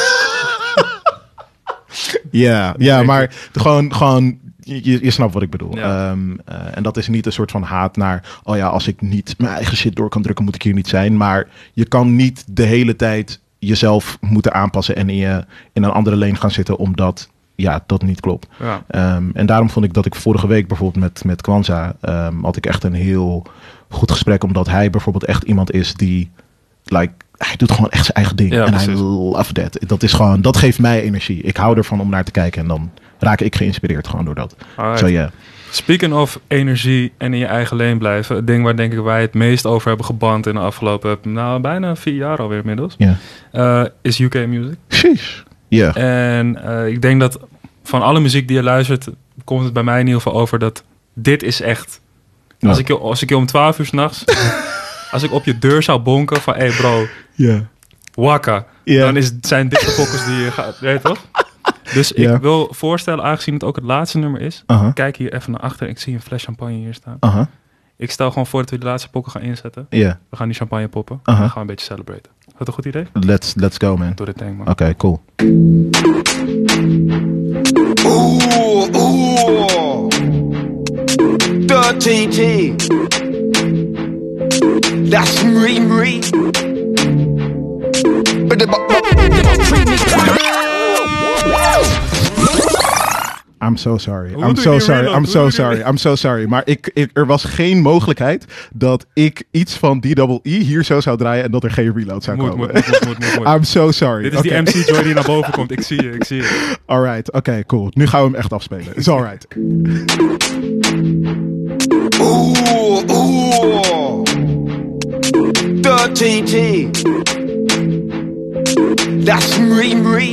Ja, ja, maar gewoon, gewoon je, je snapt wat ik bedoel. Ja. Um, uh, en dat is niet een soort van haat naar, oh ja, als ik niet mijn eigen shit door kan drukken, moet ik hier niet zijn. Maar je kan niet de hele tijd jezelf moeten aanpassen en in, je, in een andere lane gaan zitten, omdat ja, dat niet klopt. Ja. Um, en daarom vond ik dat ik vorige week bijvoorbeeld met, met Kwanzaa, um, had ik echt een heel goed gesprek, omdat hij bijvoorbeeld echt iemand is die, like, hij doet gewoon echt zijn eigen ding. Ja, en precies. I love that. Dat is gewoon, dat geeft mij energie. Ik hou ervan om naar te kijken en dan raak ik geïnspireerd gewoon door dat. Alright. So yeah. Speaking of energie en in je eigen lane blijven. Het ding waar denk ik wij het meest over hebben geband in de afgelopen, nou bijna vier jaar alweer inmiddels. Yeah. Uh, is U K music. Sheesh. Ja. En uh, ik denk dat van alle muziek die je luistert, komt het bij mij in ieder geval over dat dit is echt. Ja. Als, ik je, als ik je om twaalf uur 's nachts, als ik op je deur zou bonken van, hé hey bro, Ja. wakka. Ja. Dan is, zijn dit de pokkers die je gaat, weet je toch? Dus Ja. ik wil voorstellen, aangezien het ook het laatste nummer is, Aha. kijk hier even naar achter. Ik zie een fles champagne hier staan. Aha. Ik stel gewoon voor dat we de laatste pokken gaan inzetten. Ja. We gaan die champagne poppen. Aha. En dan gaan we een beetje celebraten. Is dat een goed idee? Let's, let's go, man. Doe dit ding, man. Oké, okay, cool. Ooh, ooh. Dirty G. That's Marie Marie. But the I'm so sorry. Hoe I'm doe so je die sorry. reload? I'm Hoe so doe je sorry. die- I'm so sorry. Maar ik, ik, er was geen mogelijkheid dat ik iets van D E E hier zo zou draaien en dat er geen reload zou Moet, komen. moet, moet, moet, moet, moet. I'm so sorry. Dit is Oké. die M C Joy die naar boven komt. Ik zie je, ik zie je. Alright, oké, okay, cool. Nu gaan we hem echt afspelen. It's alright. ooh, ooh. Dirty G. That's Marie Marie.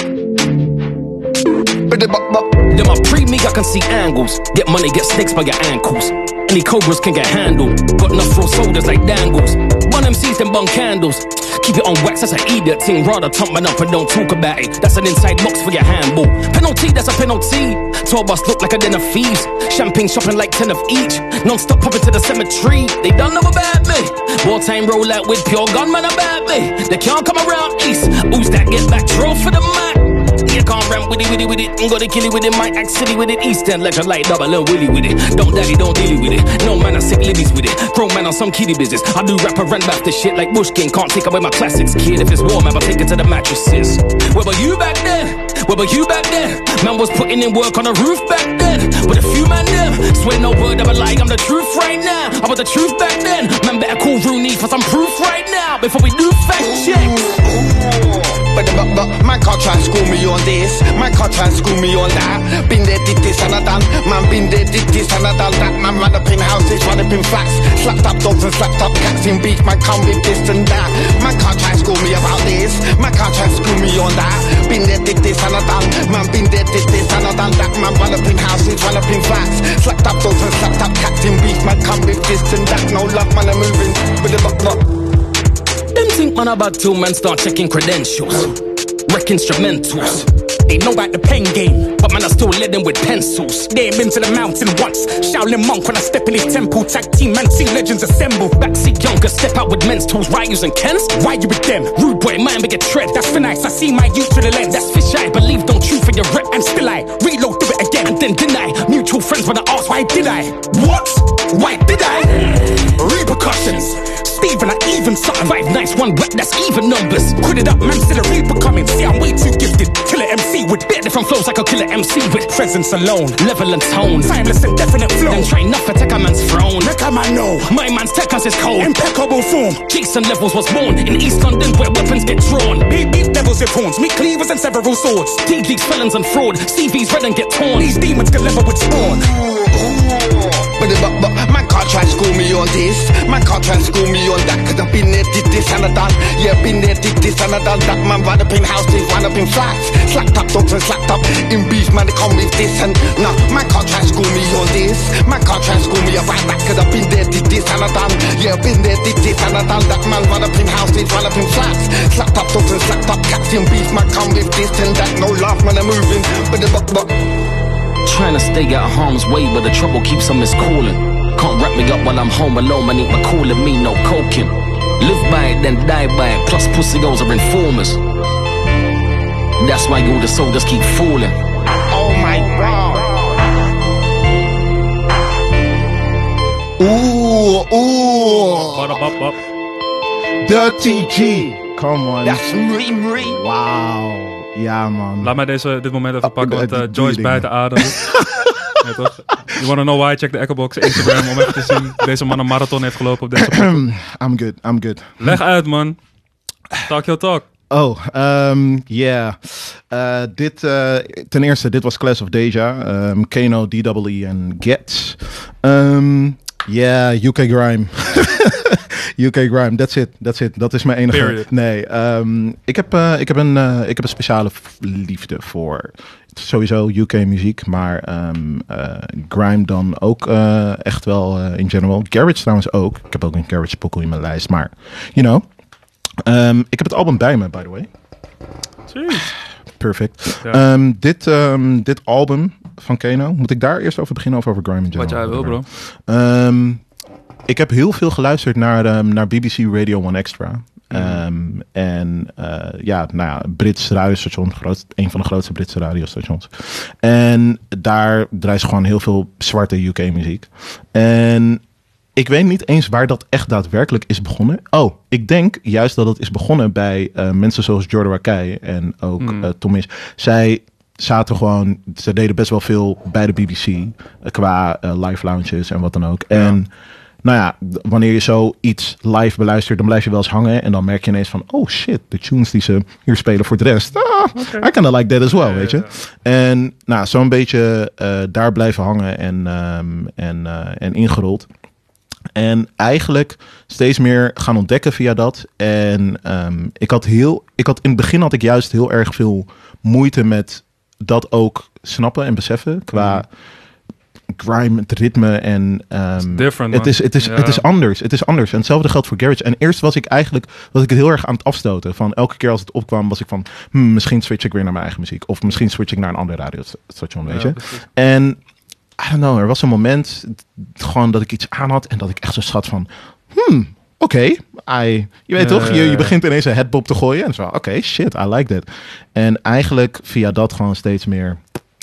But the Then my pre-me, I can see angles. Get money, get snakes by your ankles. Any cobras can get handled. Got enough raw soldiers like dangles. One M Cs, then bun candles. Keep it on wax, that's an idiot thing. Rather tump man up and don't talk about it. That's an inside box for your handball. Penalty, that's a penalty. Tour bus look like a den of thieves. Champagne shopping like ten of each. Non-stop popping to the cemetery. They don't know about me. Wartime roll out with pure gunman about me. They can't come around east. Who's that? Get back, throw for the mic. You can't ramp with it, with it, with it. I'm gonna kill it with it. Might act silly with it. Eastern legend like double and Willy with it. Don't daddy, don't dilly with it. No man, I sick libbies with it. Grown man on some kiddie business. I do rap and run back this shit like Bush King. Can't take away my classics, kid. If it's warm, I'll take it to the mattresses. Where were you back then? Where were you back then? Man was putting in work on the roof back then. But a few man them swear no word of a lie. I'm the truth right now. I was the truth back then. Man better call Rooney for some proof right now before we do fact checks. But, but, but man can't try and school me on this. Man can't try and school me on that. Been there, did this and I done. Man been there, did this and I done that. Man run up in houses, run up in flats. Slapped up dogs and slapped up cats in beach. Man come with this and that. Man can't try and school me about this. Man can't try and school me on that. Been there, did this and I done. Man been there, did this and I done that. Man run up in houses, run up in flats. Slapped up dogs and slapped up cats in beach. Man come with this and that. No love, man, I'm moving with the buck buck. Them think man about till man start checking credentials. Wreck instrumentals. They know about the pen game, but man I still led them with pencils. They ain't been to the mountain once. Shaolin monk when I step in his temple. Tag team man, see legends assemble. Backseat younger, step out with men's tools. Ryus and Kens, why you with them? Rude boy, man, we get tread. That's for nice. I see my youth to the lens. That's fish eye. Believe don't true for your rep and still I reload, do it again and then deny. Mutual friends wanna ask why did I? What? Why did I? Repercussions. Steve even, I even something. Five nights, one wet, that's even numbers. Quit it up, man, still a reaper coming. See, I'm way too gifted. Killer M C with bare different flows like a killer M C with presence alone, level and tone. Timeless and definite flow. Them try not to take a man's throne. Look at my know. My man's tech us is cold. Impeccable form. Jason Levels was born in East London where weapons get drawn. Beat beat devils with horns. Meet cleavers and several swords. Deed leaks felons and fraud. C Vs red and get torn. These demons can level with spawn. But, but, but man can't try and school me on this. Man can't try and school me on that. Cause I've been there, did this and I done. Yeah, been there, did this and I done that. Man run up in houses, run up in flats. Slapped up dogs and slapped up in beef. Man, they come with this and no. Man can't try and school me on this. Man can't try and school me about that. Cause I've been there, did this and I done. Yeah, been there, did this and I done that. Man run up in houses, run up in flats. Slapped up dogs and slapped up cats in beef. Man come with this and that. No laugh, man, I'm moving. But the but, but. Trying to stay out of harm's way, but the trouble keeps on miscalling. Can't wrap me up while I'm home alone, man, ain't my calling me no coking. Live by it, then die by it, plus pussy girls are informers. That's why all the soldiers keep falling. Oh my God. Ooh, ooh. Dirty G. Come on. That's me, me. Wauw. Ja, man. Laat mij deze, dit moment even Oh, pakken, want die- uh, die Joyce dingen. bijt de adem. Ja, toch? You wanna know why? Check de Echobox Instagram om even te zien. Deze man een marathon heeft gelopen op deze plek. I'm good, I'm good. Leg uit, man. Talk your talk. Oh, um, yeah. Uh, dit, uh, ten eerste, dit was Class of Deja. Um, Kano, D E E en Gets. Um, yeah, U K Grime. U K Grime, that's it, that's it. Dat is mijn enige... Period. Nee, um, ik, heb, uh, ik, heb een, uh, ik heb een speciale f- liefde voor sowieso U K muziek, maar um, uh, grime dan ook uh, echt wel uh, in general. Garage trouwens ook. Ik heb ook een garage pokoe in mijn lijst, maar you know... Um, ik heb het album bij me, by the way. Jeez. Perfect. Ja. Um, dit, um, dit album van Kano, moet ik daar eerst over beginnen of over grime in general? Wat jij wil, bro. Um, ik heb heel veel geluisterd naar, um, naar B B C Radio one Extra. Um, en uh, ja, nou ja, Brits radiostation, groot, een van de grootste Britse radiostations. En daar draait ze gewoon heel veel zwarte U K muziek. En ik weet niet eens waar dat echt daadwerkelijk is begonnen. Oh, ik denk juist dat het is begonnen bij uh, mensen zoals Jordan Rakei en ook Mm. uh, Tom Is. Zij zaten gewoon, ze deden best wel veel bij de B B C uh, qua uh, live lounges en wat dan ook. Ja. En nou ja, d- wanneer je zoiets live beluistert, dan blijf je wel eens hangen en dan merk je ineens van, oh shit, de tunes die ze hier spelen voor de rest. Ah, I kinda like that as well, Ja, weet ja, je. En nou, zo'n beetje uh, daar blijven hangen en, um, en, uh, en ingerold. En eigenlijk steeds meer gaan ontdekken via dat. En um, ik had heel, ik had in het begin had ik juist heel erg veel moeite met dat ook snappen en beseffen qua grime, het ritme en um, different, het man. is, het is, Ja. het is anders. Het is anders. En hetzelfde geldt voor garage. En eerst was ik eigenlijk was ik het heel erg aan het afstoten. Van elke keer als het opkwam, was ik van, hmm, misschien switch ik weer naar mijn eigen muziek, of misschien switch ik naar een ander radiostation, weet Ja, je. precies. En I don't know, er was een moment gewoon dat ik iets aan had en dat ik echt zo schat van, hmm, oké, I, je weet Ja, toch, ja, je, je ja. begint ineens een headbob te gooien en zo, oké, shit, I like that. En eigenlijk via dat gewoon steeds meer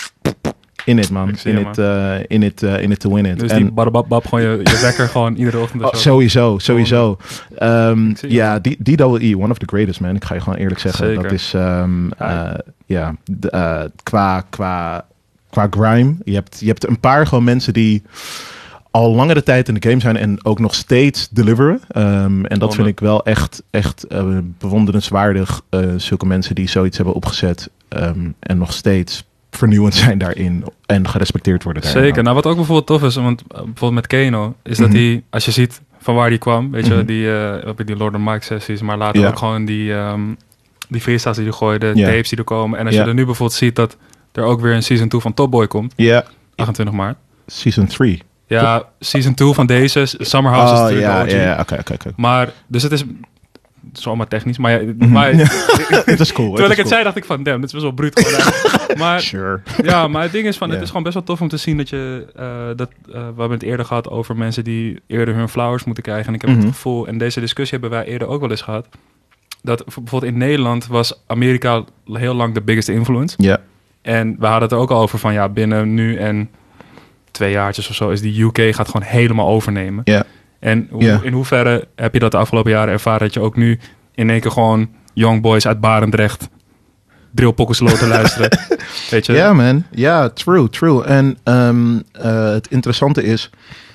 in it, man, Ik zie in je, it, uh, in it, uh, in it to win it. Dus en, die badabab, gewoon je, je wekker gewoon iedere ochtend. oh, of zo. sowieso, sowieso. Um, Ik zie je, ja, man. D E E, one of the greatest, man. Ik ga je gewoon eerlijk zeggen. Zeker. Dat is, um, Ja. uh, ja, d- uh, qua, qua, qua grime. Je hebt, je hebt een paar gewoon mensen die al langere tijd in de game zijn en ook nog steeds deliveren. Um, en dat vind ik wel echt, echt uh, bewonderenswaardig. Uh, zulke mensen die zoiets hebben opgezet um, en nog steeds vernieuwend zijn daarin en gerespecteerd worden daarin. Zeker. Nou, wat ook bijvoorbeeld tof is, want uh, bijvoorbeeld met Kano, is dat Mhm. hij, als je ziet van waar die kwam, weet je, Mhm. die, uh, op die Lord of Mike sessies, maar later Ja. ook gewoon die, um, die freestyles die hij gooide, Ja. tapes die er komen. En als Ja. je er nu bijvoorbeeld ziet dat er ook weer een season two van Top Boy komt, Ja, achtentwintig maart. season three. Ja, season two van deze, Summer House is Oh, natuurlijk ja, de O G. ja, oké, oké, oké. Maar, dus het is, het is allemaal technisch, maar, ja, Mhm. maar Het is cool. terwijl is ik het cool. zei, dacht ik van, damn, dit is best wel bruut gewoon. maar, Sure. ja, maar het ding is van, het Ja. is gewoon best wel tof om te zien dat je, uh, dat, uh, we hebben het eerder gehad over mensen die eerder hun flowers moeten krijgen. En ik heb Mhm. het gevoel, en deze discussie hebben wij eerder ook wel eens gehad, dat bijvoorbeeld in Nederland was Amerika heel lang de biggest influence. Ja. En we hadden het er ook al over van, ja, binnen nu en twee jaartjes of zo is die U K gaat gewoon helemaal overnemen. Ja. En hoe, Ja. in hoeverre heb je dat de afgelopen jaren ervaren... dat je ook nu in één keer gewoon young boys uit Barendrecht... drillpokkels te luisteren? Weet je? Ja, man. Ja, true, true. En um, uh, het interessante is...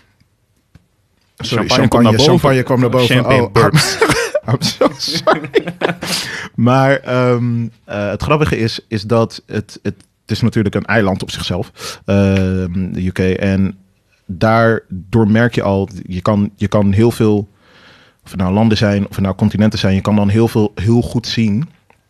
Sorry, Champagne champagne, kwam naar boven. champagne kwam naar boven. Champagne Oh, burps. I'm so sorry. Maar um, uh, het grappige is, is dat het, het, het is natuurlijk een eiland op zichzelf, uh, de U K. En daardoor merk je al, je kan, je kan heel veel, of het nou landen zijn, of het nou continenten zijn, je kan dan heel veel heel goed zien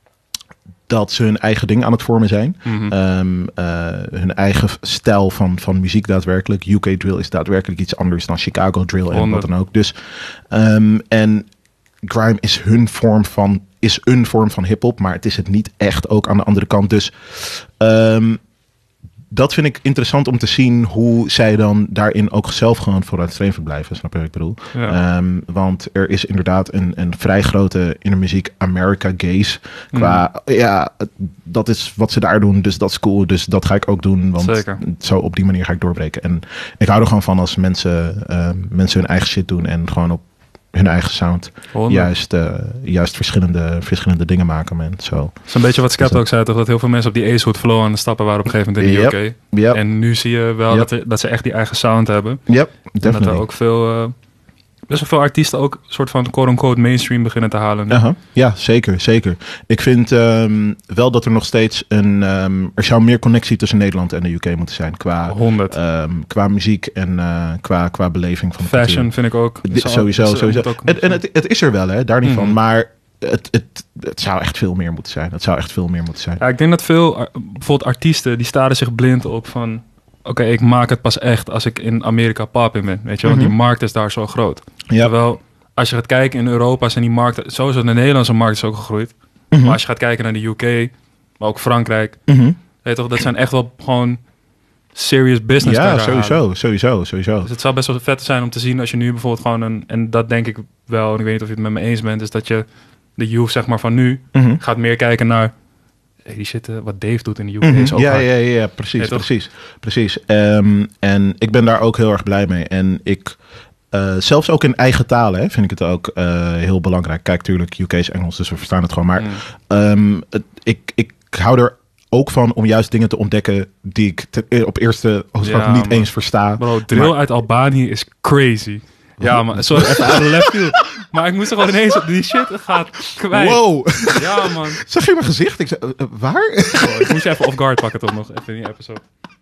dat ze hun eigen ding aan het vormen zijn. Mhm. Um, uh, hun eigen stijl van, van muziek daadwerkelijk. U K drill is daadwerkelijk iets anders dan Chicago drill en honderd wat dan ook. Dus, um, en grime is hun vorm van, is een vorm van hip-hop, maar het is het niet echt ook aan de andere kant. Dus um, dat vind ik interessant om te zien hoe zij dan daarin ook zelf gewoon vooruitstrevend blijven. Snap je wat ik bedoel? Ja. Um, want er is inderdaad een, een vrij grote in de muziek America gaze. Qua, mm. ja, dat is wat ze daar doen, dus dat is cool. Dus dat ga ik ook doen, want Zeker. zo op die manier ga ik doorbreken. En ik hou er gewoon van als mensen, uh, mensen hun eigen shit doen en gewoon op hun eigen sound honderd juist, uh, juist verschillende, verschillende dingen maken, man. So. Dat is een beetje wat Skepta ook zei, toch? Dat heel veel mensen op die Acehood flow aan de stappen waren op een gegeven moment in de Yep. U K. Yep. En nu zie je wel Yep. dat, er, dat ze echt die eigen sound hebben. Yep, en dat definitely. er ook veel, uh, best wel veel artiesten ook een soort van quote-unquote mainstream beginnen te halen. Uh-huh. Ja, zeker, zeker. Ik vind um, wel dat er nog steeds een... Um, er zou meer connectie tussen Nederland en de U K moeten zijn. Qua, honderd um, qua muziek en uh, qua, qua beleving van de Fashion cultuur. vind ik ook. Dit, Zal- sowieso, zal- sowieso. moet ook- En, en het, het is er wel, hè, daar niet Mhm. van. Maar het, het, het zou echt veel meer moeten zijn. Het zou echt veel meer moeten zijn. Ja, ik denk dat veel, ar- bijvoorbeeld artiesten, die staren zich blind op van... Oké, ik maak het pas echt als ik in Amerika pop in ben. Weet je, want Mhm. die markt is daar zo groot. Ja. Terwijl, als je gaat kijken in Europa zijn die markten... Sowieso de Nederlandse markt is ook gegroeid. Mhm. Maar als je gaat kijken naar de U K, maar ook Frankrijk... Mhm. Weet je toch, dat zijn echt wel gewoon serious business. kan je Ja, daar sowieso, halen. sowieso, sowieso. Dus het zou best wel vet zijn om te zien als je nu bijvoorbeeld gewoon een... En dat denk ik wel, en ik weet niet of je het met me eens bent... is dat je de youth zeg maar van nu Mhm. gaat meer kijken naar... Hey, die shit, uh, wat Dave doet in de U K Mhm. is ook ja, hard. ja, ja, ja, precies, Ja, toch? precies, precies. Um, en ik ben daar ook heel erg blij mee. En ik, uh, zelfs ook in eigen talen, hè, vind ik het ook uh, heel belangrijk. Kijk, tuurlijk, U K is Engels, dus we verstaan het gewoon. Maar Mm. um, het, ik, ik hou er ook van om juist dingen te ontdekken die ik te, op eerste oogschouw Ja, niet man. eens versta. Bro, drill Maar- uit Albanië is crazy. Ja, maar sorry, even out of left field. Maar ik moest er gewoon ineens... Die shit gaat kwijt. Wow. Ja, man. Zag je mijn gezicht? Ik zei, uh, uh, waar? Oh, ik moest je even off guard pakken toch nog. Even in die episode.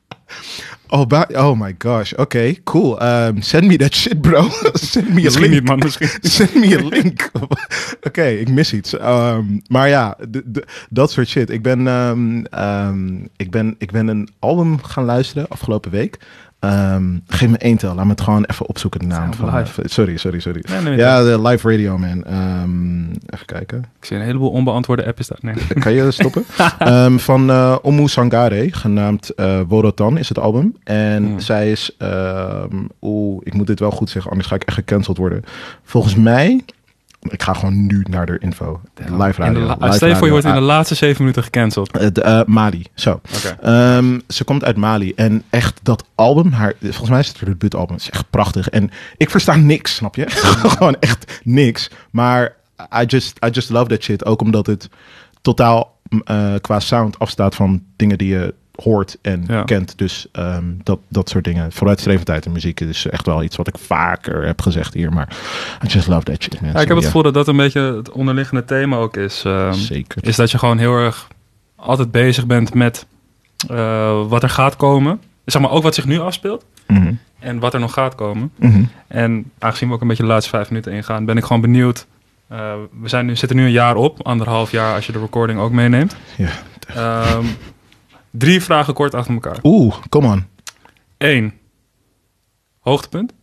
Oh, ba- oh my gosh. Oké, okay, cool. Um, send me that shit, bro. Send me a Misschien link. niet, man. Misschien. Send me a link. Oké, okay, ik mis iets. Um, maar ja, d- d- dat soort shit. Ik ben, um, um, ik, ben, ik ben een album gaan luisteren afgelopen week. Um, geef me één tel. Laat me het gewoon even opzoeken, de naam Ja, van. live. Sorry, sorry, sorry. Nee, nee, ja, de live radio, man. Um, even kijken. Ik zie een heleboel onbeantwoorde appjes daar. Nee. Kan je stoppen? um, van uh, Omu Sangare, genaamd uh, Worotan is het album. En Hmm. zij is... Um, Oeh, ik moet dit wel goed zeggen, anders ga ik echt gecanceld worden. Volgens mij... Ik ga gewoon nu naar de info. Live radio. In de la- live stel je voor, je wordt in de Ah, laatste zeven minuten gecanceld. uh, de, uh, Mali, zo. Oké. Um, ze komt uit Mali. En echt dat album, haar, volgens mij is het haar debuutalbum. Het is echt prachtig. En ik versta niks, snap je? Gewoon echt niks. Maar I just, I just love that shit. Ook omdat het totaal uh, qua sound afstaat van dingen die je hoort en Ja. kent. Dus um, dat, dat soort dingen. Vooruitstrevendheid in muziek is echt wel iets wat ik vaker heb gezegd hier. Maar I just love that shit, man. Ja, ik heb So, het ja. gevoel dat dat een beetje het onderliggende thema ook is. Um, Zeker. Is dat je gewoon heel erg altijd bezig bent met uh, wat er gaat komen. Zeg maar ook wat zich nu afspeelt. Mhm. En wat er nog gaat komen. Mhm. En aangezien we ook een beetje de laatste vijf minuten ingaan, ben ik gewoon benieuwd. Uh, we zijn nu, zitten nu een jaar op, anderhalf jaar als je de recording ook meeneemt. Ja. Um, drie vragen kort achter elkaar. Oeh, come on. Eén. Hoogtepunt?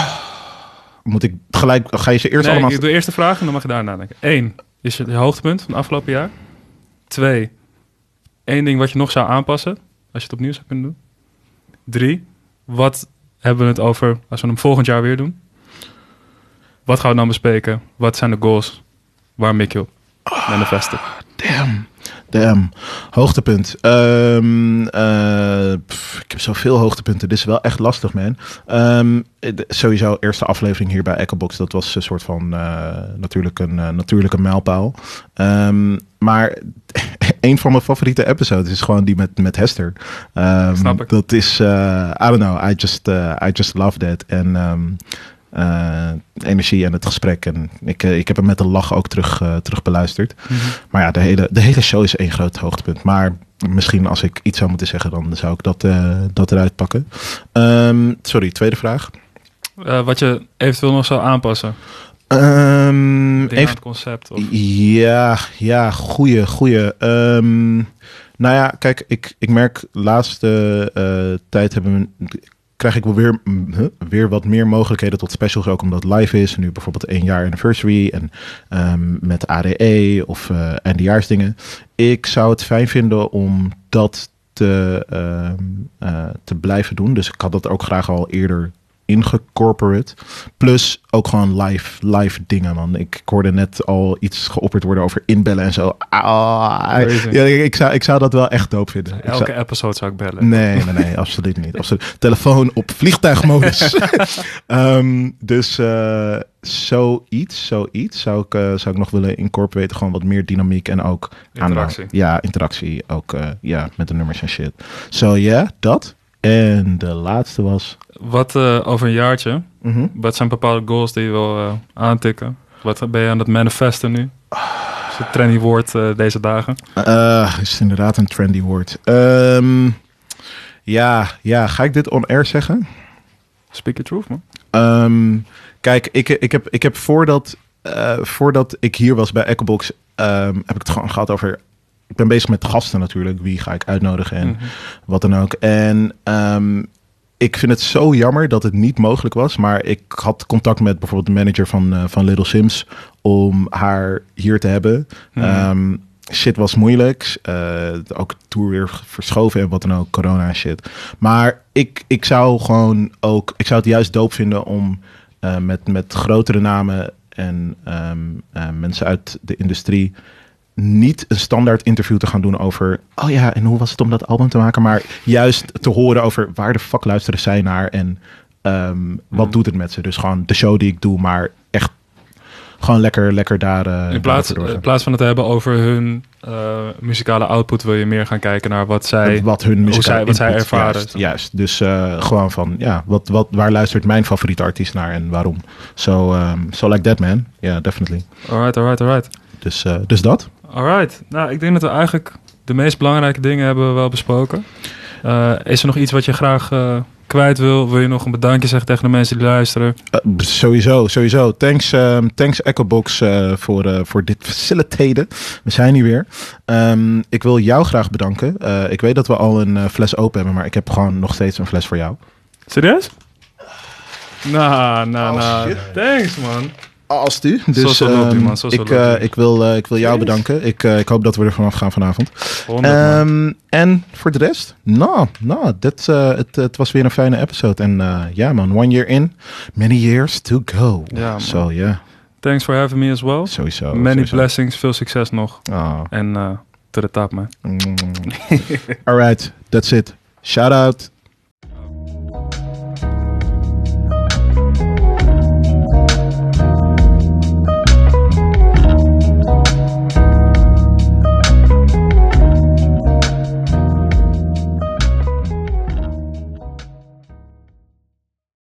Moet ik gelijk, ga je ze eerst nee, allemaal... ik doe eerst de vraag en dan mag je daarna denken. Eén. Is je hoogtepunt van het afgelopen jaar? Twee. Eén ding wat je nog zou aanpassen als je het opnieuw zou kunnen doen. Drie. Wat hebben we het over als we hem volgend jaar weer doen? Wat gaan we dan bespreken? Wat zijn de goals? Waar mik je op? Manifesten. Damn. Damn. Hoogtepunt. Um, uh, pff, ik heb zoveel hoogtepunten. Dit is wel echt lastig, man. Um, sowieso, eerste aflevering hier bij Echobox. Dat was een soort van uh, natuurlijk een uh, natuurlijke mijlpaal. Um, maar een van mijn favoriete episodes is gewoon die met, met Hester. Um, Snap ik. Dat is, uh, I don't know, I just, uh, I just love that. En um, uh, energie en het gesprek. En ik, uh, ik heb hem met een lach ook terug, uh, terug beluisterd. Mm-hmm. Maar ja, de hele, de hele show is één groot hoogtepunt. Maar misschien als ik iets zou moeten zeggen, dan zou ik dat, uh, dat eruit pakken. Um, sorry, tweede vraag. Uh, wat je eventueel nog zou aanpassen? Um, even het concept. Of? Ja, ja, goeie, goeie. Um, nou ja, kijk, ik, ik merk de laatste uh, tijd hebben we, krijg ik wel weer, huh, weer wat meer mogelijkheden tot specials, ook omdat het live is. Nu bijvoorbeeld één jaar anniversary en um, met A D E of uh, eindejaarsdingen. Ik zou het fijn vinden om dat te, uh, uh, te blijven doen. Dus ik had dat ook graag al eerder ingecorporate. Plus ook gewoon live, live dingen, man. Ik, ik hoorde net al iets geopperd worden over inbellen en zo. Ah, ja, ik, zou, ik zou dat wel echt dope vinden. Elke zou... episode zou ik bellen. Nee, nee, nee, absoluut niet. Absoluut. Telefoon op vliegtuigmodus. um, dus uh, zoiets, zoiets zou ik, uh, zou ik nog willen incorporeren. Gewoon wat meer dynamiek en ook interactie. Aan, ja, interactie. Ook uh, ja, met de nummers en shit. Zo so, ja, yeah, dat. En de laatste was... Wat uh, over een jaartje, mm-hmm. wat zijn bepaalde goals die je wil uh, aantikken? Wat ben je aan het manifesten nu? Dat is een trendy woord uh, deze dagen. Uh, is inderdaad een trendy woord. Um, ja, ja, ga ik dit on air zeggen? Speak your truth, man. Um, kijk, ik, ik, heb, ik heb voordat, uh, voordat ik hier was bij Echobox, um, heb ik het gewoon gehad over... Ik ben bezig met gasten natuurlijk. Wie ga ik uitnodigen en mm-hmm. wat dan ook. En um, ik vind het zo jammer dat het niet mogelijk was. Maar ik had contact met bijvoorbeeld de manager van, uh, van Little Sims om haar hier te hebben. Mm-hmm. Um, shit was moeilijk. Uh, ook de tour weer verschoven en wat dan ook. Corona en shit. Maar ik, ik zou gewoon ook... Ik zou het juist dope vinden om uh, met, met grotere namen en um, uh, mensen uit de industrie... niet een standaard interview te gaan doen over... oh ja, en hoe was het om dat album te maken? Maar juist te horen over waar de fuck luisteren zij naar... en um, wat mm. doet het met ze? Dus gewoon de show die ik doe, maar echt gewoon lekker, lekker daar... Uh, in, plaats, in plaats van het te hebben over hun uh, muzikale output... wil je meer gaan kijken naar wat zij, wat hun muzikale zij, wat zij ervaren. Juist, juist. Dus uh, gewoon van, ja, wat, wat, waar luistert mijn favoriete artiest naar en waarom? So, um, so like that, man. Yeah, definitely. Alright, alright, alright. Dus, uh, dus dat. Alright. Nou, ik denk dat we eigenlijk de meest belangrijke dingen hebben wel besproken. Uh, is er nog iets wat je graag uh, kwijt wil? Wil je nog een bedankje zeggen tegen de mensen die luisteren? Uh, sowieso, sowieso. Thanks, um, thanks Echobox uh, voor, uh, voor dit faciliteren. We zijn hier weer. Um, ik wil jou graag bedanken. Uh, ik weet dat we al een uh, fles open hebben, maar ik heb gewoon nog steeds een fles voor jou. Serieus? Nou, nou, nou. Thanks, man. Als u. Dus zo zo um, man, zo zo ik, uh, ik, wil, uh, ik wil jou bedanken. Ik, uh, ik hoop dat we er vanaf gaan vanavond. Um, en voor de rest? Nou, nou het, uh, het, het was weer een fijne episode. En ja uh, yeah, man, one year in. Many years to go. Ja, so, yeah. Thanks for having me as well. Sowieso. Many sowieso. Blessings. Veel succes nog. Oh. En uh, to the top, man. Mm. All right. That's it. Shout out.